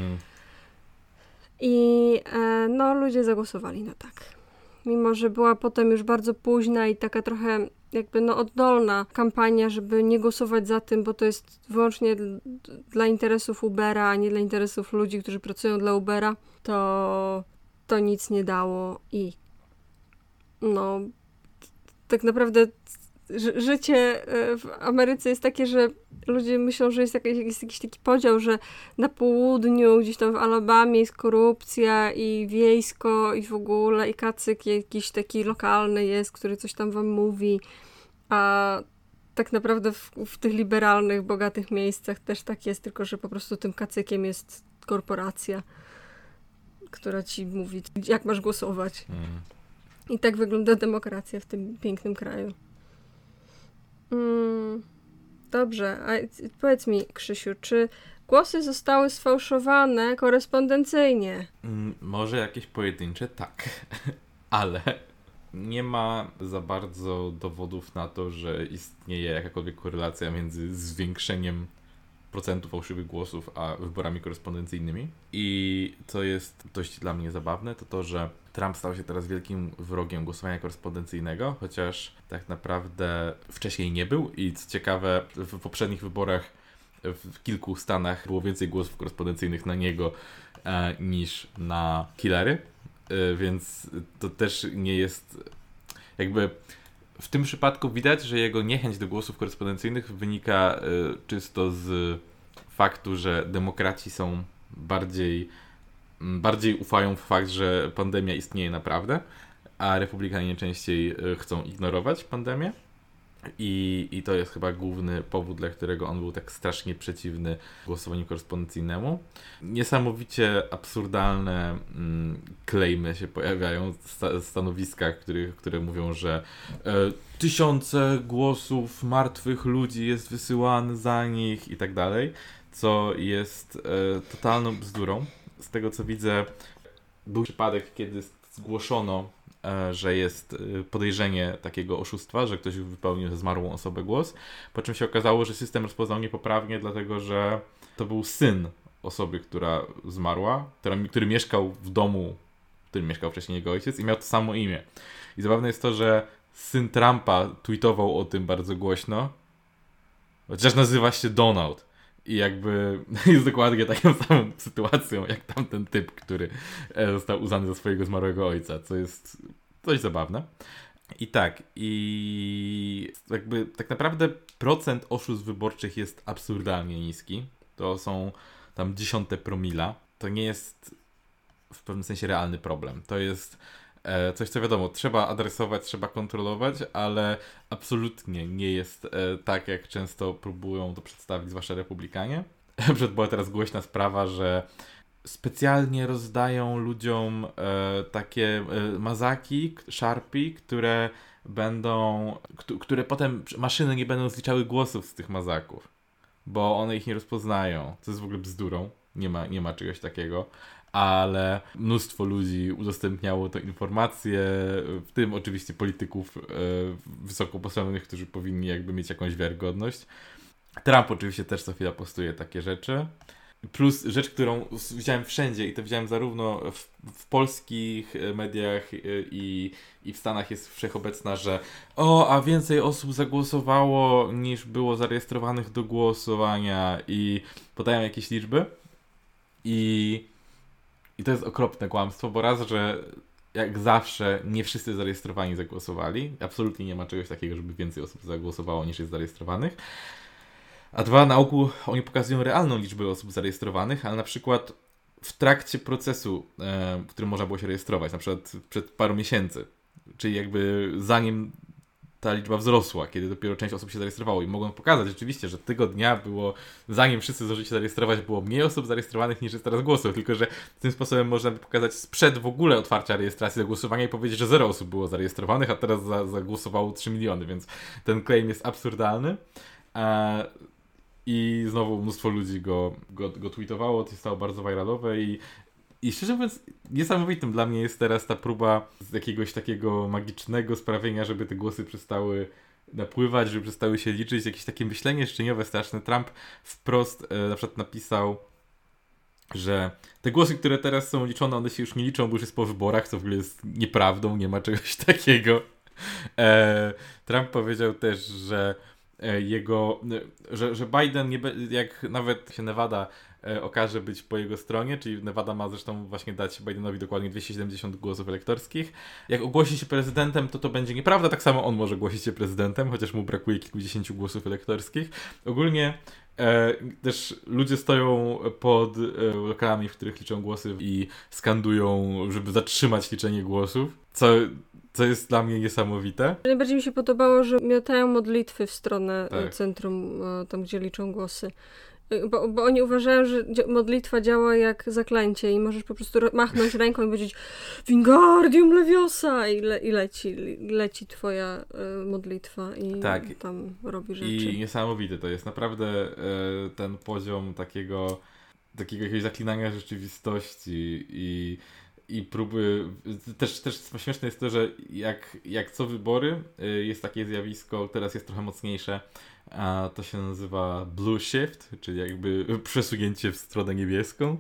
I ludzie zagłosowali na tak. Mimo że była potem już bardzo późna i taka trochę jakby oddolna kampania, żeby nie głosować za tym, bo to jest wyłącznie dla interesów Ubera, a nie dla interesów ludzi, którzy pracują dla Ubera, to nic nie dało i tak naprawdę życie w Ameryce jest takie, że ludzie myślą, że jest jakiś taki podział, że na południu, gdzieś tam w Alabamie jest korupcja i wiejsko i w ogóle i kacyk jakiś taki lokalny jest, który coś tam wam mówi, a tak naprawdę w tych liberalnych, bogatych miejscach też tak jest, tylko że po prostu tym kacykiem jest korporacja, która ci mówi, jak masz głosować. I tak wygląda demokracja w tym pięknym kraju. Dobrze, a powiedz mi, Krzysiu, czy głosy zostały sfałszowane korespondencyjnie? Może jakieś pojedyncze, tak. Ale nie ma za bardzo dowodów na to, że istnieje jakakolwiek korelacja między zwiększeniem procentu fałszywych głosów a wyborami korespondencyjnymi. I co jest dość dla mnie zabawne, to to, że Trump stał się teraz wielkim wrogiem głosowania korespondencyjnego, chociaż tak naprawdę wcześniej nie był i co ciekawe, w poprzednich wyborach w kilku stanach było więcej głosów korespondencyjnych na niego niż na Hillary, więc to też nie jest jakby... W tym przypadku widać, że jego niechęć do głosów korespondencyjnych wynika czysto z faktu, że demokraci są bardziej ufają w fakt, że pandemia istnieje naprawdę, a republikanie częściej chcą ignorować pandemię. I to jest chyba główny powód, dla którego on był tak strasznie przeciwny głosowaniu korespondencyjnemu. Niesamowicie absurdalne claimy się pojawiają w stanowiskach, które mówią, że tysiące głosów martwych ludzi jest wysyłane za nich i tak dalej, co jest totalną bzdurą. Z tego co widzę, był przypadek, kiedy zgłoszono, że jest podejrzenie takiego oszustwa, że ktoś wypełnił za zmarłą osobę głos, po czym się okazało, że system rozpoznał niepoprawnie, dlatego że to był syn osoby, która zmarła, który mieszkał w domu, w którym mieszkał wcześniej jego ojciec i miał to samo imię. I zabawne jest to, że syn Trumpa tweetował o tym bardzo głośno, chociaż nazywa się Donald. I jakby jest dokładnie taką samą sytuacją, jak tamten typ, który został uznany za swojego zmarłego ojca, co jest dość zabawne. I jakby tak naprawdę procent oszustw wyborczych jest absurdalnie niski. To są tam 0,1 promila. To nie jest w pewnym sensie realny problem. To jest coś, co wiadomo, trzeba adresować, trzeba kontrolować, ale absolutnie nie jest tak, jak często próbują to przedstawić, zwłaszcza republikanie. Była teraz głośna sprawa, że specjalnie rozdają ludziom takie mazaki, Sharpie, które potem maszyny nie będą zliczały głosów z tych mazaków, bo one ich nie rozpoznają, co jest w ogóle bzdurą. Nie ma czegoś takiego. Ale mnóstwo ludzi udostępniało tę informację, w tym oczywiście polityków wysoko postawionych, którzy powinni jakby mieć jakąś wiarygodność. Trump oczywiście też co chwila postuje takie rzeczy. Plus rzecz, którą widziałem wszędzie i to widziałem zarówno w polskich mediach i w Stanach jest wszechobecna, że a więcej osób zagłosowało niż było zarejestrowanych do głosowania i podają jakieś liczby. I to jest okropne kłamstwo, bo raz, że jak zawsze nie wszyscy zarejestrowani zagłosowali. Absolutnie nie ma czegoś takiego, żeby więcej osób zagłosowało niż jest zarejestrowanych. A dwa, na ogół oni pokazują realną liczbę osób zarejestrowanych, ale na przykład w trakcie procesu, w którym można było się rejestrować, na przykład przed paru miesięcy, czyli jakby zanim ta liczba wzrosła, kiedy dopiero część osób się zarejestrowało i mogłem pokazać rzeczywiście, że tego dnia było, zanim wszyscy zdążyli się zarejestrować, było mniej osób zarejestrowanych niż jest teraz głosów, tylko że tym sposobem można by pokazać sprzed w ogóle otwarcia rejestracji do głosowania i powiedzieć, że 0 osób było zarejestrowanych, a teraz zagłosowało 3 miliony, więc ten claim jest absurdalny. I znowu mnóstwo ludzi go tweetowało, to stało bardzo viralowe i szczerze mówiąc, niesamowitym dla mnie jest teraz ta próba z jakiegoś takiego magicznego sprawienia, żeby te głosy przestały napływać, żeby przestały się liczyć, jakieś takie myślenie szczeniowe straszne. Trump wprost na przykład napisał, że te głosy, które teraz są liczone, one się już nie liczą, bo już jest po wyborach, co w ogóle jest nieprawdą, nie ma czegoś takiego. Trump powiedział też, że że Biden, jak nawet się Nevada okaże być po jego stronie, czyli Nevada ma zresztą właśnie dać Bidenowi dokładnie 270 głosów elektorskich. Jak ogłosi się prezydentem, to będzie nieprawda, tak samo on może głosić się prezydentem, chociaż mu brakuje kilkudziesięciu głosów elektorskich. Ogólnie też ludzie stoją pod lokalami, w których liczą głosy i skandują, żeby zatrzymać liczenie głosów, co jest dla mnie niesamowite. Najbardziej mi się podobało, że miotają modlitwy w stronę centrum, tam gdzie liczą głosy. Bo oni uważają, że modlitwa działa jak zaklęcie i możesz po prostu machnąć ręką i powiedzieć Wingardium Leviosa i leci twoja modlitwa i tam robi rzeczy. I niesamowite to jest. Naprawdę ten poziom takiego jakiegoś zaklinania rzeczywistości i próby... Też śmieszne jest to, że jak co wybory jest takie zjawisko, teraz jest trochę mocniejsze, a to się nazywa blue shift, czyli jakby przesunięcie w stronę niebieską,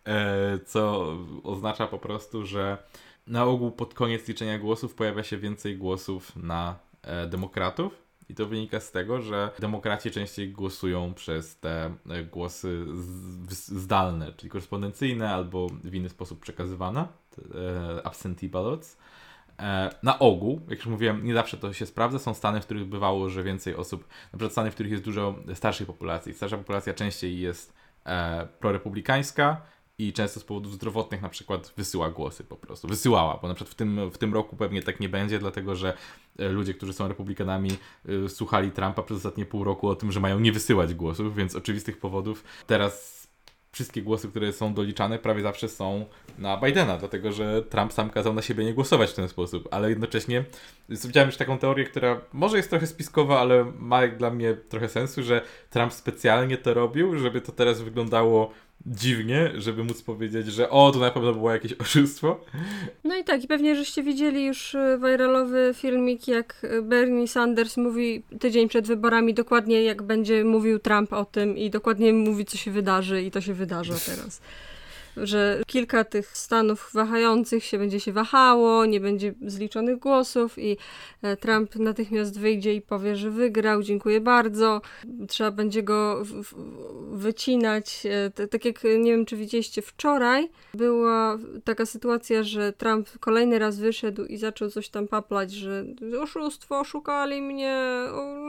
co oznacza po prostu, że na ogół pod koniec liczenia głosów pojawia się więcej głosów na demokratów i to wynika z tego, że demokraci częściej głosują przez te głosy zdalne, czyli korespondencyjne albo w inny sposób przekazywane, absentee ballots. Na ogół, jak już mówiłem, nie zawsze to się sprawdza. Są stany, w których bywało, że więcej osób, na przykład stany, w których jest dużo starszej populacji. Starsza populacja częściej jest prorepublikańska i często z powodów zdrowotnych na przykład wysyła głosy po prostu. Wysyłała, bo na przykład w tym roku pewnie tak nie będzie, dlatego że ludzie, którzy są republikanami, słuchali Trumpa przez ostatnie pół roku o tym, że mają nie wysyłać głosów, więc z oczywistych powodów teraz wszystkie głosy, które są doliczane, prawie zawsze są na Bidena, dlatego że Trump sam kazał na siebie nie głosować w ten sposób, ale jednocześnie widziałem już taką teorię, która może jest trochę spiskowa, ale ma dla mnie trochę sensu, że Trump specjalnie to robił, żeby to teraz wyglądało dziwnie, żeby móc powiedzieć, że to na pewno było jakieś oszustwo. No i tak, i pewnie żeście widzieli już viralowy filmik, jak Bernie Sanders mówi tydzień przed wyborami dokładnie jak będzie mówił Trump o tym i dokładnie mówi, co się wydarzy i to się wydarza teraz. Że kilka tych stanów wahających będzie się wahało, nie będzie zliczonych głosów i Trump natychmiast wyjdzie i powie, że wygrał, dziękuję bardzo. Trzeba będzie go wycinać. Tak jak, nie wiem, czy widzieliście, wczoraj była taka sytuacja, że Trump kolejny raz wyszedł i zaczął coś tam paplać, że oszustwo, oszukali mnie.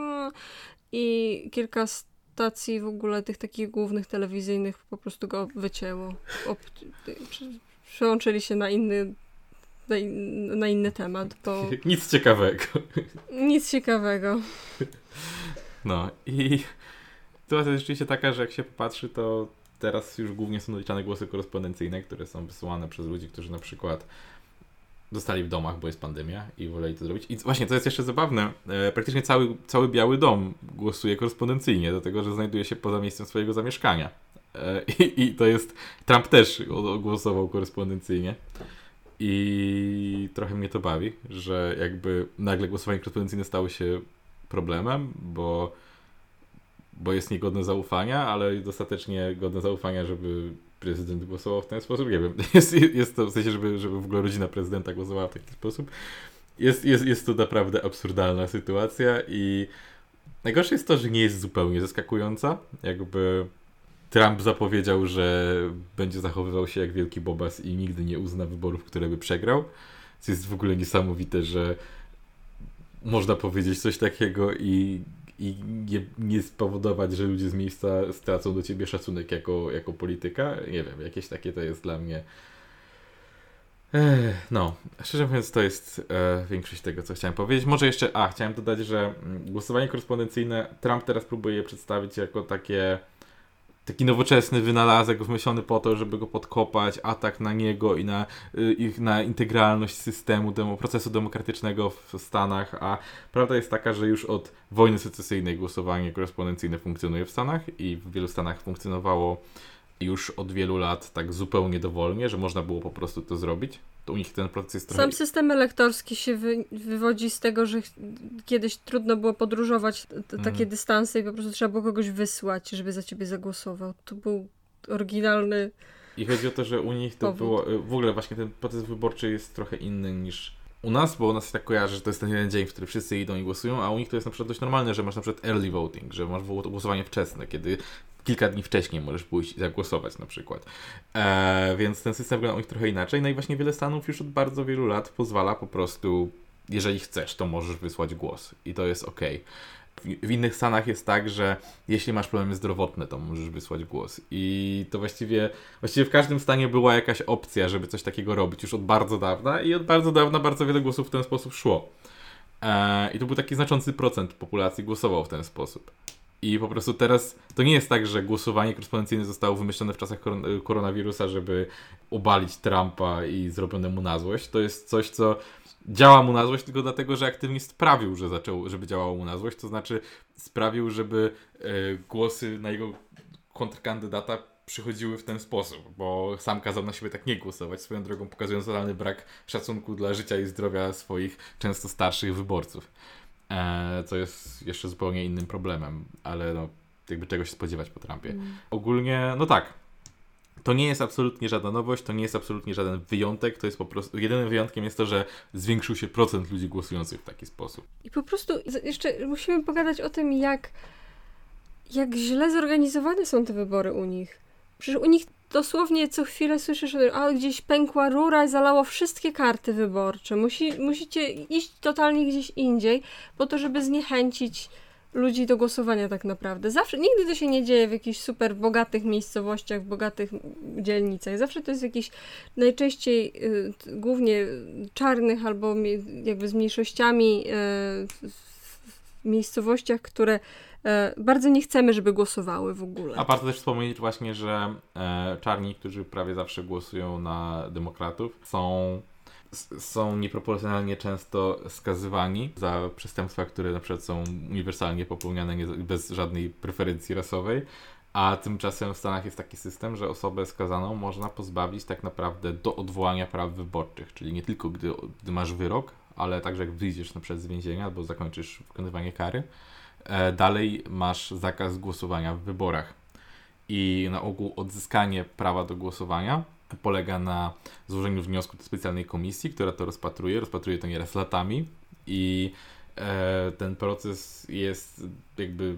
I kilka stacji w ogóle tych takich głównych telewizyjnych po prostu go wycięło. Przełączyli się na inny temat, bo... Nic ciekawego. Nic ciekawego. No i sytuacja jest rzeczywiście taka, że jak się popatrzy, to teraz już głównie są doliczane głosy korespondencyjne, które są wysyłane przez ludzi, którzy na przykład dostali w domach, bo jest pandemia i woleli to zrobić. I właśnie, to jest jeszcze zabawne, praktycznie cały Biały Dom głosuje korespondencyjnie, dlatego że znajduje się poza miejscem swojego zamieszkania. I to jest... Trump też głosował korespondencyjnie. I trochę mnie to bawi, że jakby nagle głosowanie korespondencyjne stało się problemem, bo jest niegodne zaufania, ale dostatecznie godne zaufania, żeby prezydent głosował w ten sposób. Nie wiem, jest to w sensie, żeby w ogóle rodzina prezydenta głosowała w taki sposób. Jest to naprawdę absurdalna sytuacja i najgorsze jest to, że nie jest zupełnie zaskakująca. Jakby Trump zapowiedział, że będzie zachowywał się jak wielki bobas i nigdy nie uzna wyborów, które by przegrał. Co jest w ogóle niesamowite, że można powiedzieć coś takiego i nie spowodować, że ludzie z miejsca stracą do ciebie szacunek jako polityka. Nie wiem, jakieś takie to jest dla mnie... No, szczerze mówiąc, to jest większość tego, co chciałem powiedzieć. Może jeszcze, chciałem dodać, że głosowanie korespondencyjne Trump teraz próbuje je przedstawić jako taki nowoczesny wynalazek wymyślony po to, żeby go podkopać, atak na niego i na integralność systemu, procesu demokratycznego w Stanach, a prawda jest taka, że już od wojny secesyjnej głosowanie korespondencyjne funkcjonuje w Stanach i w wielu Stanach funkcjonowało już od wielu lat tak zupełnie dowolnie, że można było po prostu to zrobić. To u nich ten proces jest trochę... Sam system elektorski się wywodzi z tego, że kiedyś trudno było podróżować takie dystanse i po prostu trzeba było kogoś wysłać, żeby za ciebie zagłosował. To był oryginalny... I chodzi o to, że u nich to było... W ogóle właśnie ten proces wyborczy jest trochę inny niż u nas, bo u nas się tak kojarzy, że to jest ten jeden dzień, w który wszyscy idą i głosują, a u nich to jest na przykład dość normalne, że masz na przykład early voting, że masz głosowanie wczesne, kiedy kilka dni wcześniej możesz pójść i zagłosować na przykład. Więc ten system wygląda u nich trochę inaczej. No i właśnie wiele stanów już od bardzo wielu lat pozwala po prostu, jeżeli chcesz, to możesz wysłać głos i to jest okej. W innych stanach jest tak, że jeśli masz problemy zdrowotne, to możesz wysłać głos. I to właściwie w każdym stanie była jakaś opcja, żeby coś takiego robić już od bardzo dawna i od bardzo dawna bardzo wiele głosów w ten sposób szło. I to był taki znaczący procent populacji głosował w ten sposób. I po prostu teraz to nie jest tak, że głosowanie korespondencyjne zostało wymyślone w czasach koronawirusa, żeby obalić Trumpa i zrobione mu na złość. To jest coś, co działa mu na złość tylko dlatego, że aktywnie sprawił, żeby działało mu na złość. To znaczy sprawił, żeby głosy na jego kontrkandydata przychodziły w ten sposób, bo sam kazał na siebie tak nie głosować, swoją drogą pokazując totalny brak szacunku dla życia i zdrowia swoich często starszych wyborców. Co jest jeszcze zupełnie innym problemem, ale no, jakby czego się spodziewać po Trumpie. Ogólnie, no tak, to nie jest absolutnie żadna nowość, to nie jest absolutnie żaden wyjątek, to jest po prostu, jedynym wyjątkiem jest to, że zwiększył się procent ludzi głosujących w taki sposób. I po prostu jeszcze musimy pogadać o tym, jak źle zorganizowane są te wybory u nich. Przecież u nich dosłownie co chwilę słyszysz, że gdzieś pękła rura i zalało wszystkie karty wyborcze. Musicie iść totalnie gdzieś indziej po to, żeby zniechęcić ludzi do głosowania tak naprawdę. Nigdy to się nie dzieje w jakichś super bogatych miejscowościach, w bogatych dzielnicach. Zawsze to jest jakiś najczęściej głównie czarnych albo jakby z mniejszościami w miejscowościach, które bardzo nie chcemy, żeby głosowały w ogóle. A warto też wspomnieć właśnie, że czarni, którzy prawie zawsze głosują na demokratów, są nieproporcjonalnie często skazywani za przestępstwa, które na przykład są uniwersalnie popełniane bez żadnej preferencji rasowej, a tymczasem w Stanach jest taki system, że osobę skazaną można pozbawić tak naprawdę do odwołania praw wyborczych, czyli nie tylko gdy masz wyrok, ale także jak wyjdziesz na przykład z więzienia albo zakończysz wykonywanie kary, dalej masz zakaz głosowania w wyborach. I na ogół odzyskanie prawa do głosowania polega na złożeniu wniosku do specjalnej komisji, która to rozpatruje to nieraz latami i ten proces jest jakby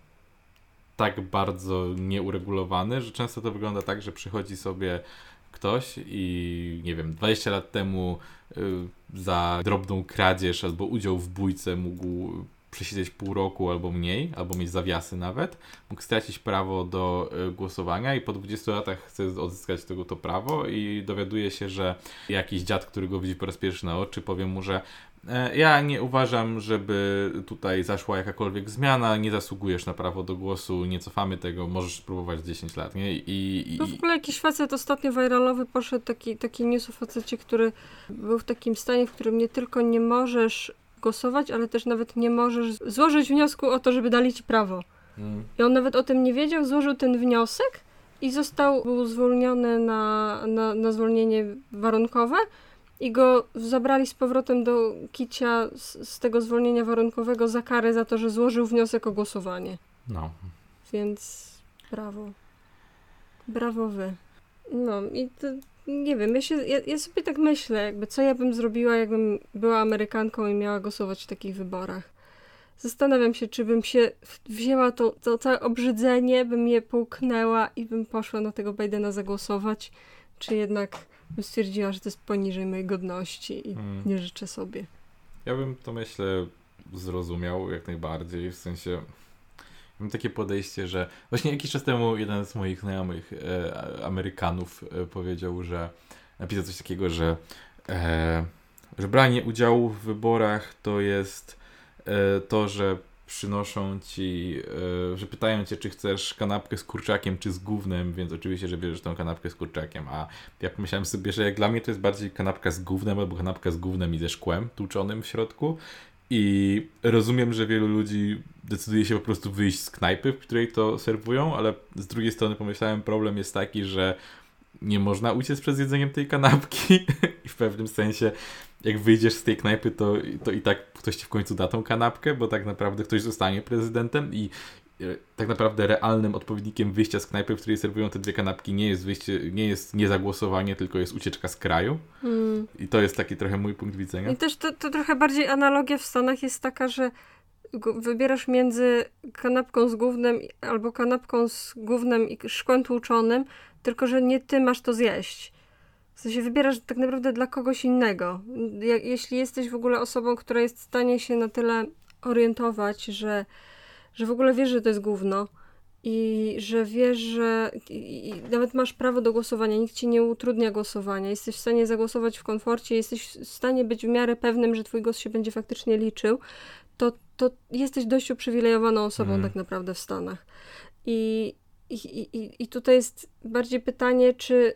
tak bardzo nieuregulowany, że często to wygląda tak, że przychodzi sobie ktoś i nie wiem, 20 lat temu za drobną kradzież albo udział w bójce mógł przesiedzieć pół roku albo mniej, albo mieć zawiasy nawet, mógł stracić prawo do głosowania i po 20 latach chce odzyskać to prawo i dowiaduje się, że jakiś dziad, który go widzi po raz pierwszy na oczy, powie mu, że ja nie uważam, żeby tutaj zaszła jakakolwiek zmiana, nie zasługujesz na prawo do głosu, nie cofamy tego, możesz spróbować 10 lat, nie? To w ogóle jakiś facet ostatnio viralowy poszedł, taki news o facecie, który był w takim stanie, w którym nie tylko nie możesz głosować, ale też nawet nie możesz złożyć wniosku o to, żeby dali ci prawo. I on nawet o tym nie wiedział, złożył ten wniosek i był zwolniony na zwolnienie warunkowe i go zabrali z powrotem do kicia z tego zwolnienia warunkowego za karę za to, że złożył wniosek o głosowanie. No. Więc brawo. Brawo wy. No i to, nie wiem, ja sobie tak myślę, jakby co ja bym zrobiła, jakbym była Amerykanką i miała głosować w takich wyborach. Zastanawiam się, czy bym się wzięła to całe obrzydzenie, bym je połknęła i bym poszła na tego Bidena zagłosować, czy jednak bym stwierdziła, że to jest poniżej mojej godności i nie życzę sobie. Ja bym to, myślę, zrozumiał jak najbardziej, w sensie mam takie podejście, że właśnie jakiś czas temu jeden z moich znajomych Amerykanów powiedział, że napisał coś takiego, że branie udziału w wyborach to jest to, że przynoszą ci, że pytają cię, czy chcesz kanapkę z kurczakiem, czy z gównem, więc oczywiście, że bierzesz tą kanapkę z kurczakiem, a ja pomyślałem sobie, że jak dla mnie to jest bardziej kanapka z gównem, albo kanapka z gównem i ze szkłem tłuczonym w środku. I rozumiem, że wielu ludzi decyduje się po prostu wyjść z knajpy, w której to serwują, ale z drugiej strony pomyślałem, problem jest taki, że nie można uciec przed jedzeniem tej kanapki i w pewnym sensie jak wyjdziesz z tej knajpy, to i tak ktoś ci w końcu da tą kanapkę, bo tak naprawdę ktoś zostanie prezydentem i tak naprawdę realnym odpowiednikiem wyjścia z knajpy, w której serwują te 2 kanapki, nie jest wyjście, nie jest niezagłosowanie, tylko jest ucieczka z kraju. I to jest taki trochę mój punkt widzenia. I też to trochę bardziej analogia w Stanach jest taka, że wybierasz między kanapką z gównem albo kanapką z gównem i szkłem tłuczonym, tylko że nie ty masz to zjeść. W sensie wybierasz tak naprawdę dla kogoś innego. Jeśli jesteś w ogóle osobą, która jest w stanie się na tyle orientować, że w ogóle wiesz, że to jest gówno i że wiesz, że i nawet masz prawo do głosowania, nikt ci nie utrudnia głosowania, jesteś w stanie zagłosować w komforcie, jesteś w stanie być w miarę pewnym, że twój głos się będzie faktycznie liczył, to jesteś dość uprzywilejowaną osobą tak naprawdę w Stanach. I tutaj jest bardziej pytanie,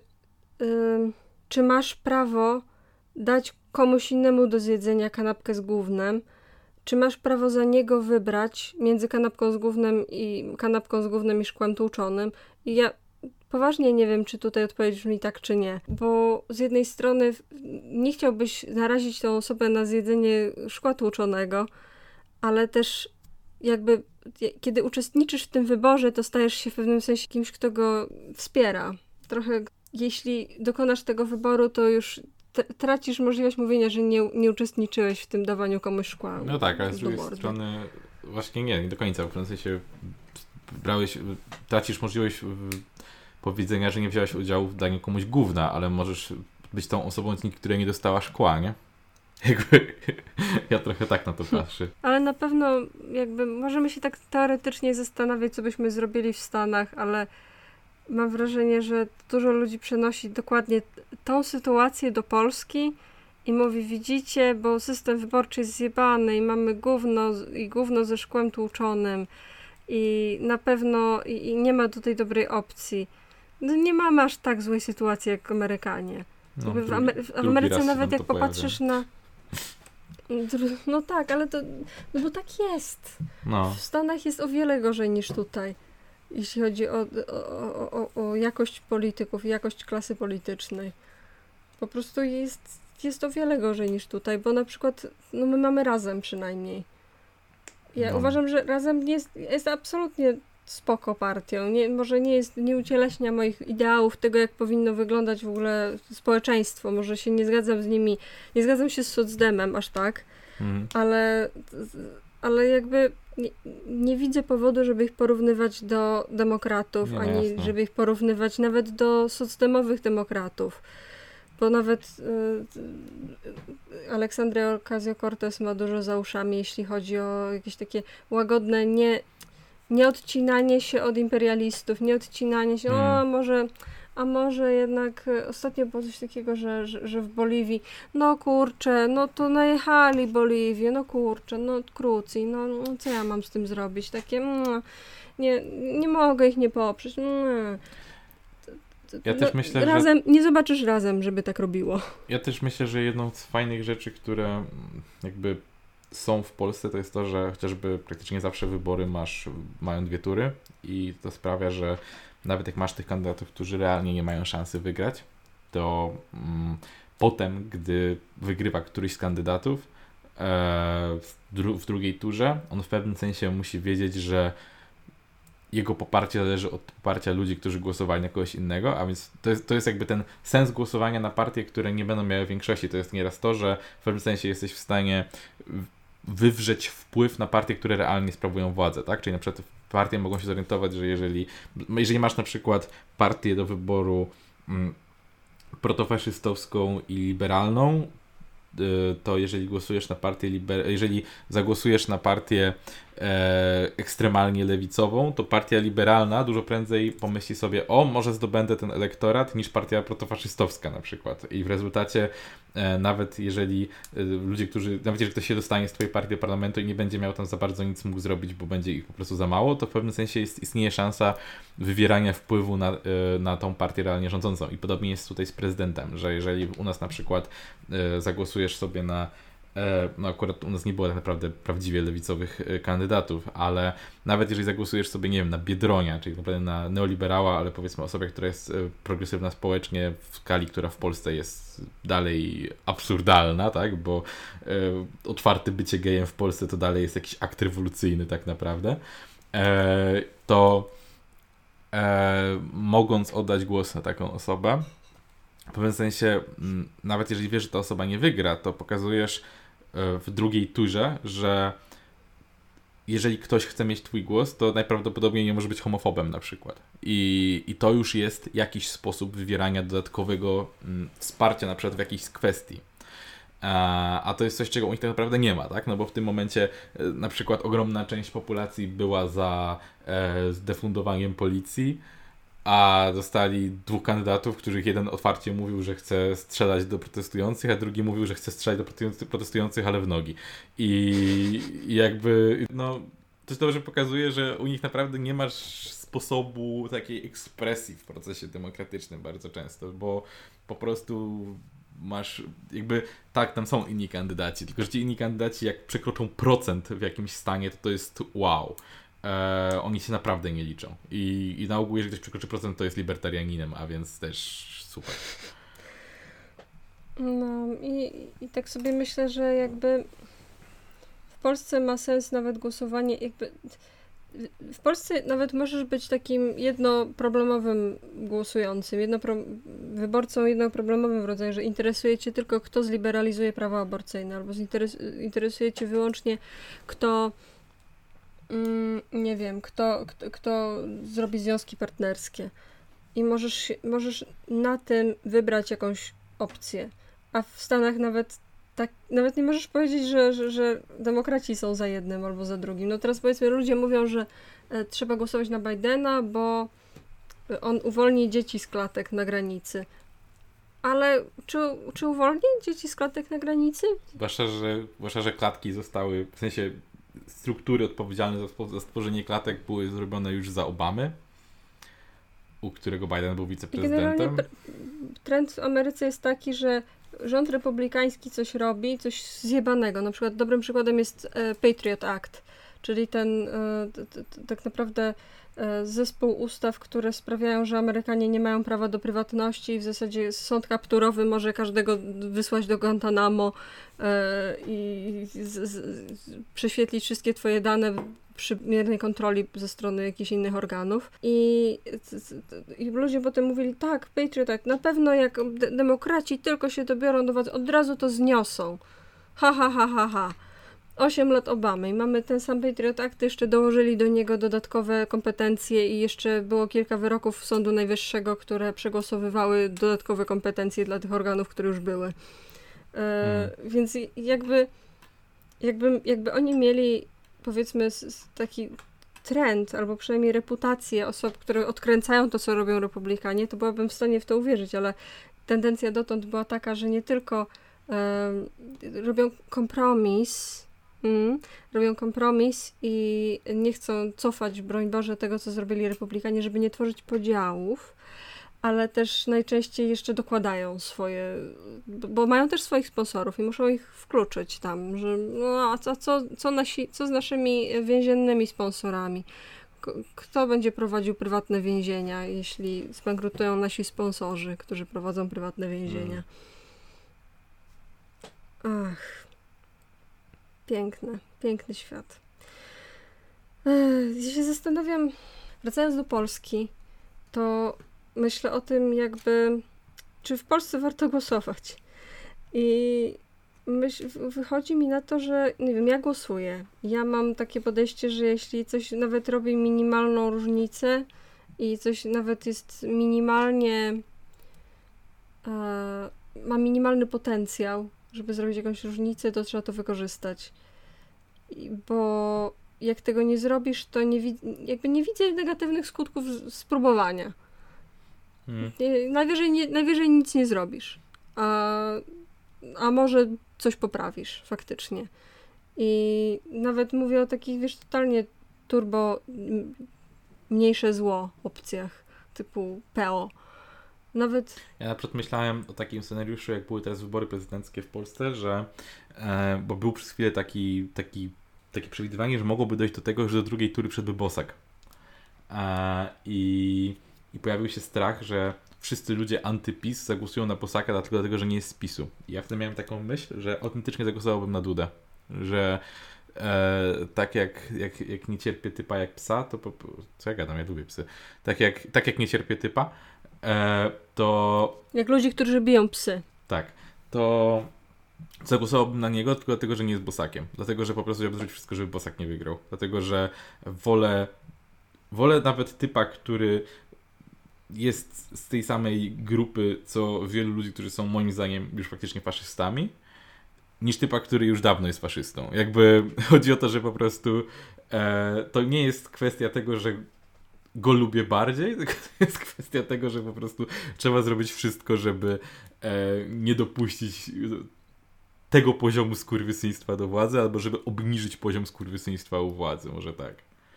czy masz prawo dać komuś innemu do zjedzenia kanapkę z gównem, czy masz prawo za niego wybrać między kanapką z gównem i szkłem tłuczonym. I ja poważnie nie wiem, czy tutaj odpowiedź brzmi tak, czy nie. Bo z jednej strony nie chciałbyś narazić tą osobę na zjedzenie szkła tłuczonego, ale też jakby kiedy uczestniczysz w tym wyborze, to stajesz się w pewnym sensie kimś, kto go wspiera. Trochę jeśli dokonasz tego wyboru, to już tracisz możliwość mówienia, że nie uczestniczyłeś w tym dawaniu komuś szkła. No tak, ale z drugiej strony właśnie nie do końca. W pewnym sensie tracisz możliwość powiedzenia, że nie wziąłeś udziału w daniu komuś gówna, ale możesz być tą osobą, która nie dostała szkła, nie? Jakby, ja trochę tak na to patrzę. Ale na pewno jakby możemy się tak teoretycznie zastanawiać, co byśmy zrobili w Stanach, ale mam wrażenie, że dużo ludzi przenosi dokładnie tą sytuację do Polski i mówi, widzicie, bo system wyborczy jest zjebany i mamy gówno ze szkłem tłuczonym i na pewno i nie ma tutaj dobrej opcji. No nie mamy aż tak złej sytuacji jak Amerykanie. No, w Ameryce nawet jak popatrzysz na... No tak, ale to... No bo tak jest. No. W Stanach jest o wiele gorzej niż tutaj. Jeśli chodzi o jakość polityków i jakość klasy politycznej. Po prostu jest o wiele gorzej niż tutaj, bo na przykład no my mamy Razem przynajmniej. Ja uważam, że Razem jest absolutnie spoko partią. Może nie ucieleśnia moich ideałów, tego jak powinno wyglądać w ogóle społeczeństwo. Może się nie zgadzam z nimi, nie zgadzam się z socdemem aż tak, ale jakby nie widzę powodu, żeby ich porównywać do demokratów, ani żeby ich porównywać nawet do socdemowych demokratów. Bo nawet Alexandria Ocasio-Cortez ma dużo za uszami, jeśli chodzi o jakieś takie łagodne nieodcinanie się od imperialistów, nieodcinanie się, a może jednak ostatnio było coś takiego, że w Boliwii, no kurczę, no to najechali Boliwię, no kurczę, no krócej, no co ja mam z tym zrobić? Takie, nie mogę ich nie poprzeć. Ja też myślę, Razem, że... Nie zobaczysz Razem, żeby tak robiło. Ja też myślę, że jedną z fajnych rzeczy, które jakby są w Polsce, to jest to, że chociażby praktycznie zawsze wybory mają 2 tury i to sprawia, że nawet jak masz tych kandydatów, którzy realnie nie mają szansy wygrać, to potem, gdy wygrywa któryś z kandydatów w drugiej turze, on w pewnym sensie musi wiedzieć, że jego poparcie zależy od poparcia ludzi, którzy głosowali na kogoś innego, a więc to jest jakby ten sens głosowania na partie, które nie będą miały większości. To jest nieraz to, że w pewnym sensie jesteś w stanie wywrzeć wpływ na partie, które realnie sprawują władzę, tak? Czyli na przykład partie mogą się zorientować, że jeżeli masz na przykład partię do wyboru protofaszystowską i liberalną, to jeżeli głosujesz na partię jeżeli zagłosujesz na partię ekstremalnie lewicową, to partia liberalna dużo prędzej pomyśli sobie, może zdobędę ten elektorat, niż partia protofaszystowska na przykład. I w rezultacie nawet jeżeli ktoś się dostanie z twojej partii do parlamentu i nie będzie miał tam za bardzo nic mógł zrobić, bo będzie ich po prostu za mało, to w pewnym sensie istnieje szansa wywierania wpływu na tą partię realnie rządzącą. I podobnie jest tutaj z prezydentem, że jeżeli u nas na przykład zagłosujesz sobie no akurat u nas nie było tak naprawdę prawdziwie lewicowych kandydatów, ale nawet jeżeli zagłosujesz sobie, nie wiem, na Biedronia, czyli naprawdę na neoliberała, ale powiedzmy osobę, która jest progresywna społecznie w skali, która w Polsce jest dalej absurdalna, tak, bo otwarte bycie gejem w Polsce to dalej jest jakiś akt rewolucyjny tak naprawdę, to mogąc oddać głos na taką osobę, w pewnym sensie, nawet jeżeli wiesz, że ta osoba nie wygra, to pokazujesz w drugiej turze, że jeżeli ktoś chce mieć twój głos, to najprawdopodobniej nie może być homofobem na przykład. I to już jest jakiś sposób wywierania dodatkowego wsparcia na przykład w jakiejś kwestii. A to jest coś, czego u nich tak naprawdę nie ma, tak? No bo w tym momencie na przykład ogromna część populacji była za zdefundowaniem policji, a dostali 2 kandydatów, których jeden otwarcie mówił, że chce strzelać do protestujących, a drugi mówił, że chce strzelać do protestujących, ale w nogi. I jakby, no, to dobrze pokazuje, że u nich naprawdę nie masz sposobu takiej ekspresji w procesie demokratycznym bardzo często, bo po prostu masz jakby, tak, tam są inni kandydaci, tylko że ci inni kandydaci jak przekroczą procent w jakimś stanie, to jest wow. Oni się naprawdę nie liczą. I na ogół, jeżeli ktoś przekroczy procent, to jest libertarianinem, a więc też super. No i tak sobie myślę, że jakby w Polsce ma sens nawet głosowanie, jakby w Polsce nawet możesz być takim jednoproblemowym głosującym, wyborcą jednoproblemowym w rodzaju, że interesuje cię tylko kto zliberalizuje prawa aborcyjne, albo interesuje cię wyłącznie kto nie wiem, kto zrobi związki partnerskie. I możesz na tym wybrać jakąś opcję. A w Stanach nawet nie możesz powiedzieć, że demokraci są za jednym albo za drugim. No teraz powiedzmy, ludzie mówią, że trzeba głosować na Bidena, bo on uwolni dzieci z klatek na granicy. Ale czy uwolni dzieci z klatek na granicy? Zwłaszcza, że klatki zostały, w sensie struktury odpowiedzialne za stworzenie klatek były zrobione już za Obamy, u którego Biden był wiceprezydentem. Generalnie trend w Ameryce jest taki, że rząd republikański coś robi, coś zjebanego. Na przykład dobrym przykładem jest Patriot Act, czyli ten tak naprawdę zespół ustaw, które sprawiają, że Amerykanie nie mają prawa do prywatności i w zasadzie sąd kapturowy może każdego wysłać do Guantanamo i prześwietlić wszystkie twoje dane przy miernej kontroli ze strony jakichś innych organów. I ludzie potem mówili, tak, Patriot Act, na pewno jak demokraci tylko się dobiorą do władzy, od razu to zniosą. Ha, ha, ha, ha, ha. 8 lat Obamy i mamy ten sam Patriot Act, jeszcze dołożyli do niego dodatkowe kompetencje i jeszcze było kilka wyroków Sądu Najwyższego, które przegłosowywały dodatkowe kompetencje dla tych organów, które już były. Więc jakby oni mieli, powiedzmy, taki trend, albo przynajmniej reputację osób, które odkręcają to, co robią republikanie, to byłabym w stanie w to uwierzyć, ale tendencja dotąd była taka, że nie tylko robią kompromis i nie chcą cofać, broń Boże, tego, co zrobili republikanie, żeby nie tworzyć podziałów, ale też najczęściej jeszcze dokładają swoje, bo mają też swoich sponsorów i muszą ich wkluczyć tam, że no, a co z naszymi więziennymi sponsorami? Kto będzie prowadził prywatne więzienia, jeśli zbankrutują nasi sponsorzy, którzy prowadzą prywatne więzienia? Ach, piękny świat. Ja się zastanawiam, wracając do Polski, to myślę o tym czy w Polsce warto głosować. I wychodzi mi na to, że nie wiem, ja głosuję. Ja mam takie podejście, że jeśli coś nawet robi minimalną różnicę i coś nawet jest minimalnie ma minimalny potencjał, żeby zrobić jakąś różnicę, to trzeba to wykorzystać. Bo jak tego nie zrobisz, to nie widzę negatywnych skutków spróbowania. Najwyżej nic nie zrobisz. A może coś poprawisz faktycznie. I nawet mówię o takich, wiesz, totalnie turbo mniejsze zło opcjach, typu PO. Ja na przykład myślałem o takim scenariuszu, jak były teraz wybory prezydenckie w Polsce, że bo był przez chwilę takie przewidywanie, że mogłoby dojść do tego, że do drugiej tury wszedłby Bosak. I pojawił się strach, że wszyscy ludzie anty-PiS zagłosują na Bosaka tylko dlatego, że nie jest z PiS-u. I ja wtedy miałem taką myśl, że autentycznie zagłosowałbym na Dudę. Że Tak jak nie cierpię typa jak psa, to co ja gadam, ja lubię psy. Tak jak nie cierpię typa, to... Jak ludzi, którzy biją psy. Tak, to zagłosowałbym na niego tylko dlatego, że nie jest bosakiem. Dlatego, że po prostu chciałbym zrobić wszystko, żeby bosak nie wygrał. Dlatego, że wolę nawet typa, który jest z tej samej grupy, co wielu ludzi, którzy są moim zdaniem już faktycznie faszystami, niż typa, który już dawno jest faszystą. Jakby chodzi o to, że po prostu to nie jest kwestia tego, że go lubię bardziej, tylko to jest kwestia tego, że po prostu trzeba zrobić wszystko, żeby nie dopuścić tego poziomu skurwysyństwa do władzy, albo żeby obniżyć poziom skurwysyństwa u władzy, może tak.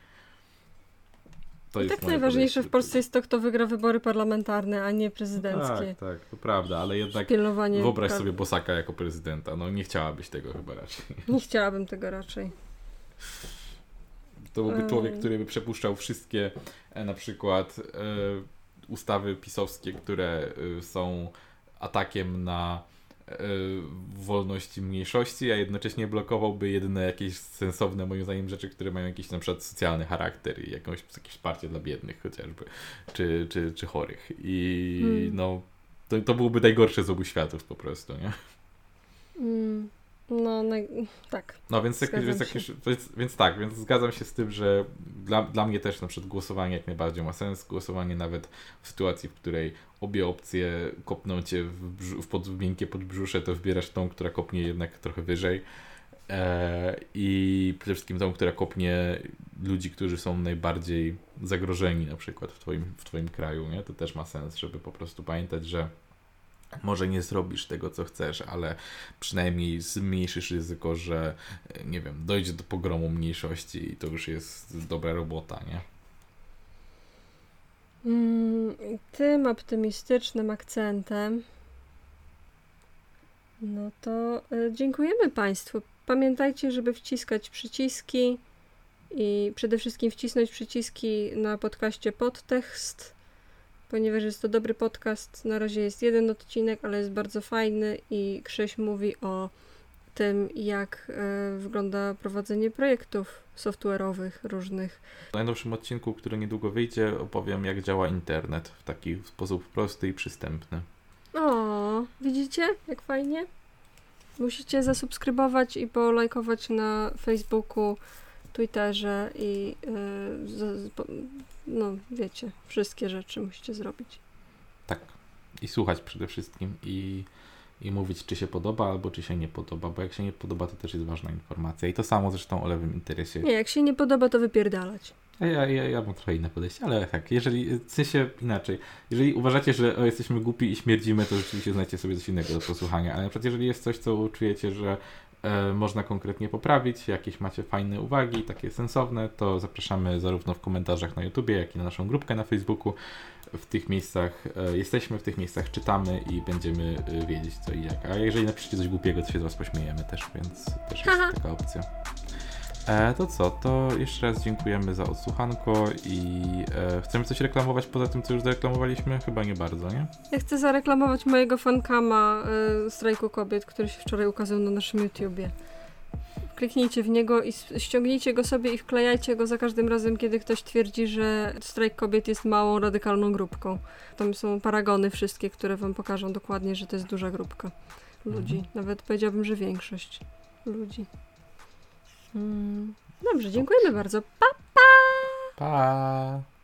To jest tak najważniejsze w Polsce jest to, kto wygra wybory parlamentarne, a nie prezydenckie. Tak, to prawda, ale jednak wyobraź sobie Bosaka jako prezydenta. No nie chciałabyś tego chyba raczej. Nie chciałabym tego raczej. To byłby człowiek, który by przepuszczał wszystkie na przykład ustawy pisowskie, które są atakiem na wolności mniejszości, a jednocześnie blokowałby jedyne jakieś sensowne, moim zdaniem, rzeczy, które mają jakiś na przykład socjalny charakter i jakieś wsparcie dla biednych chociażby, czy chorych. I no, to byłoby najgorsze z obu światów po prostu, nie? Tak. No więc zgadzam się z tym, że dla mnie też na przykład głosowanie jak najbardziej ma sens. Głosowanie nawet w sytuacji, w której obie opcje kopną cię w miękkie podbrzusze, to wybierasz tą, która kopnie jednak trochę wyżej. I przede wszystkim tą, która kopnie ludzi, którzy są najbardziej zagrożeni na przykład w twoim kraju, nie? To też ma sens, żeby po prostu pamiętać, że może nie zrobisz tego, co chcesz, ale przynajmniej zmniejszysz ryzyko, że nie wiem, dojdzie do pogromu mniejszości i to już jest dobra robota, nie? Tym optymistycznym akcentem no to dziękujemy Państwu. Pamiętajcie, żeby wciskać przyciski i przede wszystkim wcisnąć przyciski na podcaście Podtekst, ponieważ jest to dobry podcast. Na razie jest jeden odcinek, ale jest bardzo fajny i Krzyś mówi o tym, jak wygląda prowadzenie projektów software'owych różnych. W najnowszym odcinku, który niedługo wyjdzie, opowiem, jak działa internet w taki sposób prosty i przystępny. O, widzicie, jak fajnie? Musicie zasubskrybować i polajkować na Facebooku, Twitterze i no wiecie, wszystkie rzeczy musicie zrobić. Tak. I słuchać przede wszystkim i mówić, czy się podoba, albo czy się nie podoba, bo jak się nie podoba, to też jest ważna informacja. I to samo zresztą o lewym interesie. Nie, jak się nie podoba, to wypierdalać. Ja mam trochę inne podejście, ale tak, jeżeli, w sensie inaczej, jeżeli uważacie, że jesteśmy głupi i śmierdzimy, to rzeczywiście znajdziecie sobie coś innego do posłuchania, ale na przykład jeżeli jest coś, co czujecie, że można konkretnie poprawić, jakieś macie fajne uwagi, takie sensowne, to zapraszamy zarówno w komentarzach na YouTubie, jak i na naszą grupkę na Facebooku. W tych miejscach jesteśmy, w tych miejscach czytamy i będziemy wiedzieć co i jak. A jeżeli napiszecie coś głupiego, to się z was pośmiejemy też, więc też jest taka opcja. To co? To jeszcze raz dziękujemy za odsłuchanko i chcemy coś reklamować poza tym, co już zareklamowaliśmy? Chyba nie bardzo, nie? Ja chcę zareklamować mojego fancama Strajku Kobiet, który się wczoraj ukazał na naszym YouTubie. Kliknijcie w niego i ściągnijcie go sobie i wklejajcie go za każdym razem, kiedy ktoś twierdzi, że Strajk Kobiet jest małą, radykalną grupką. Tam są paragony wszystkie, które wam pokażą dokładnie, że to jest duża grupka ludzi. Nawet powiedziałabym, że większość ludzi. Dobrze, dziękujemy bardzo. Pa, pa! Pa!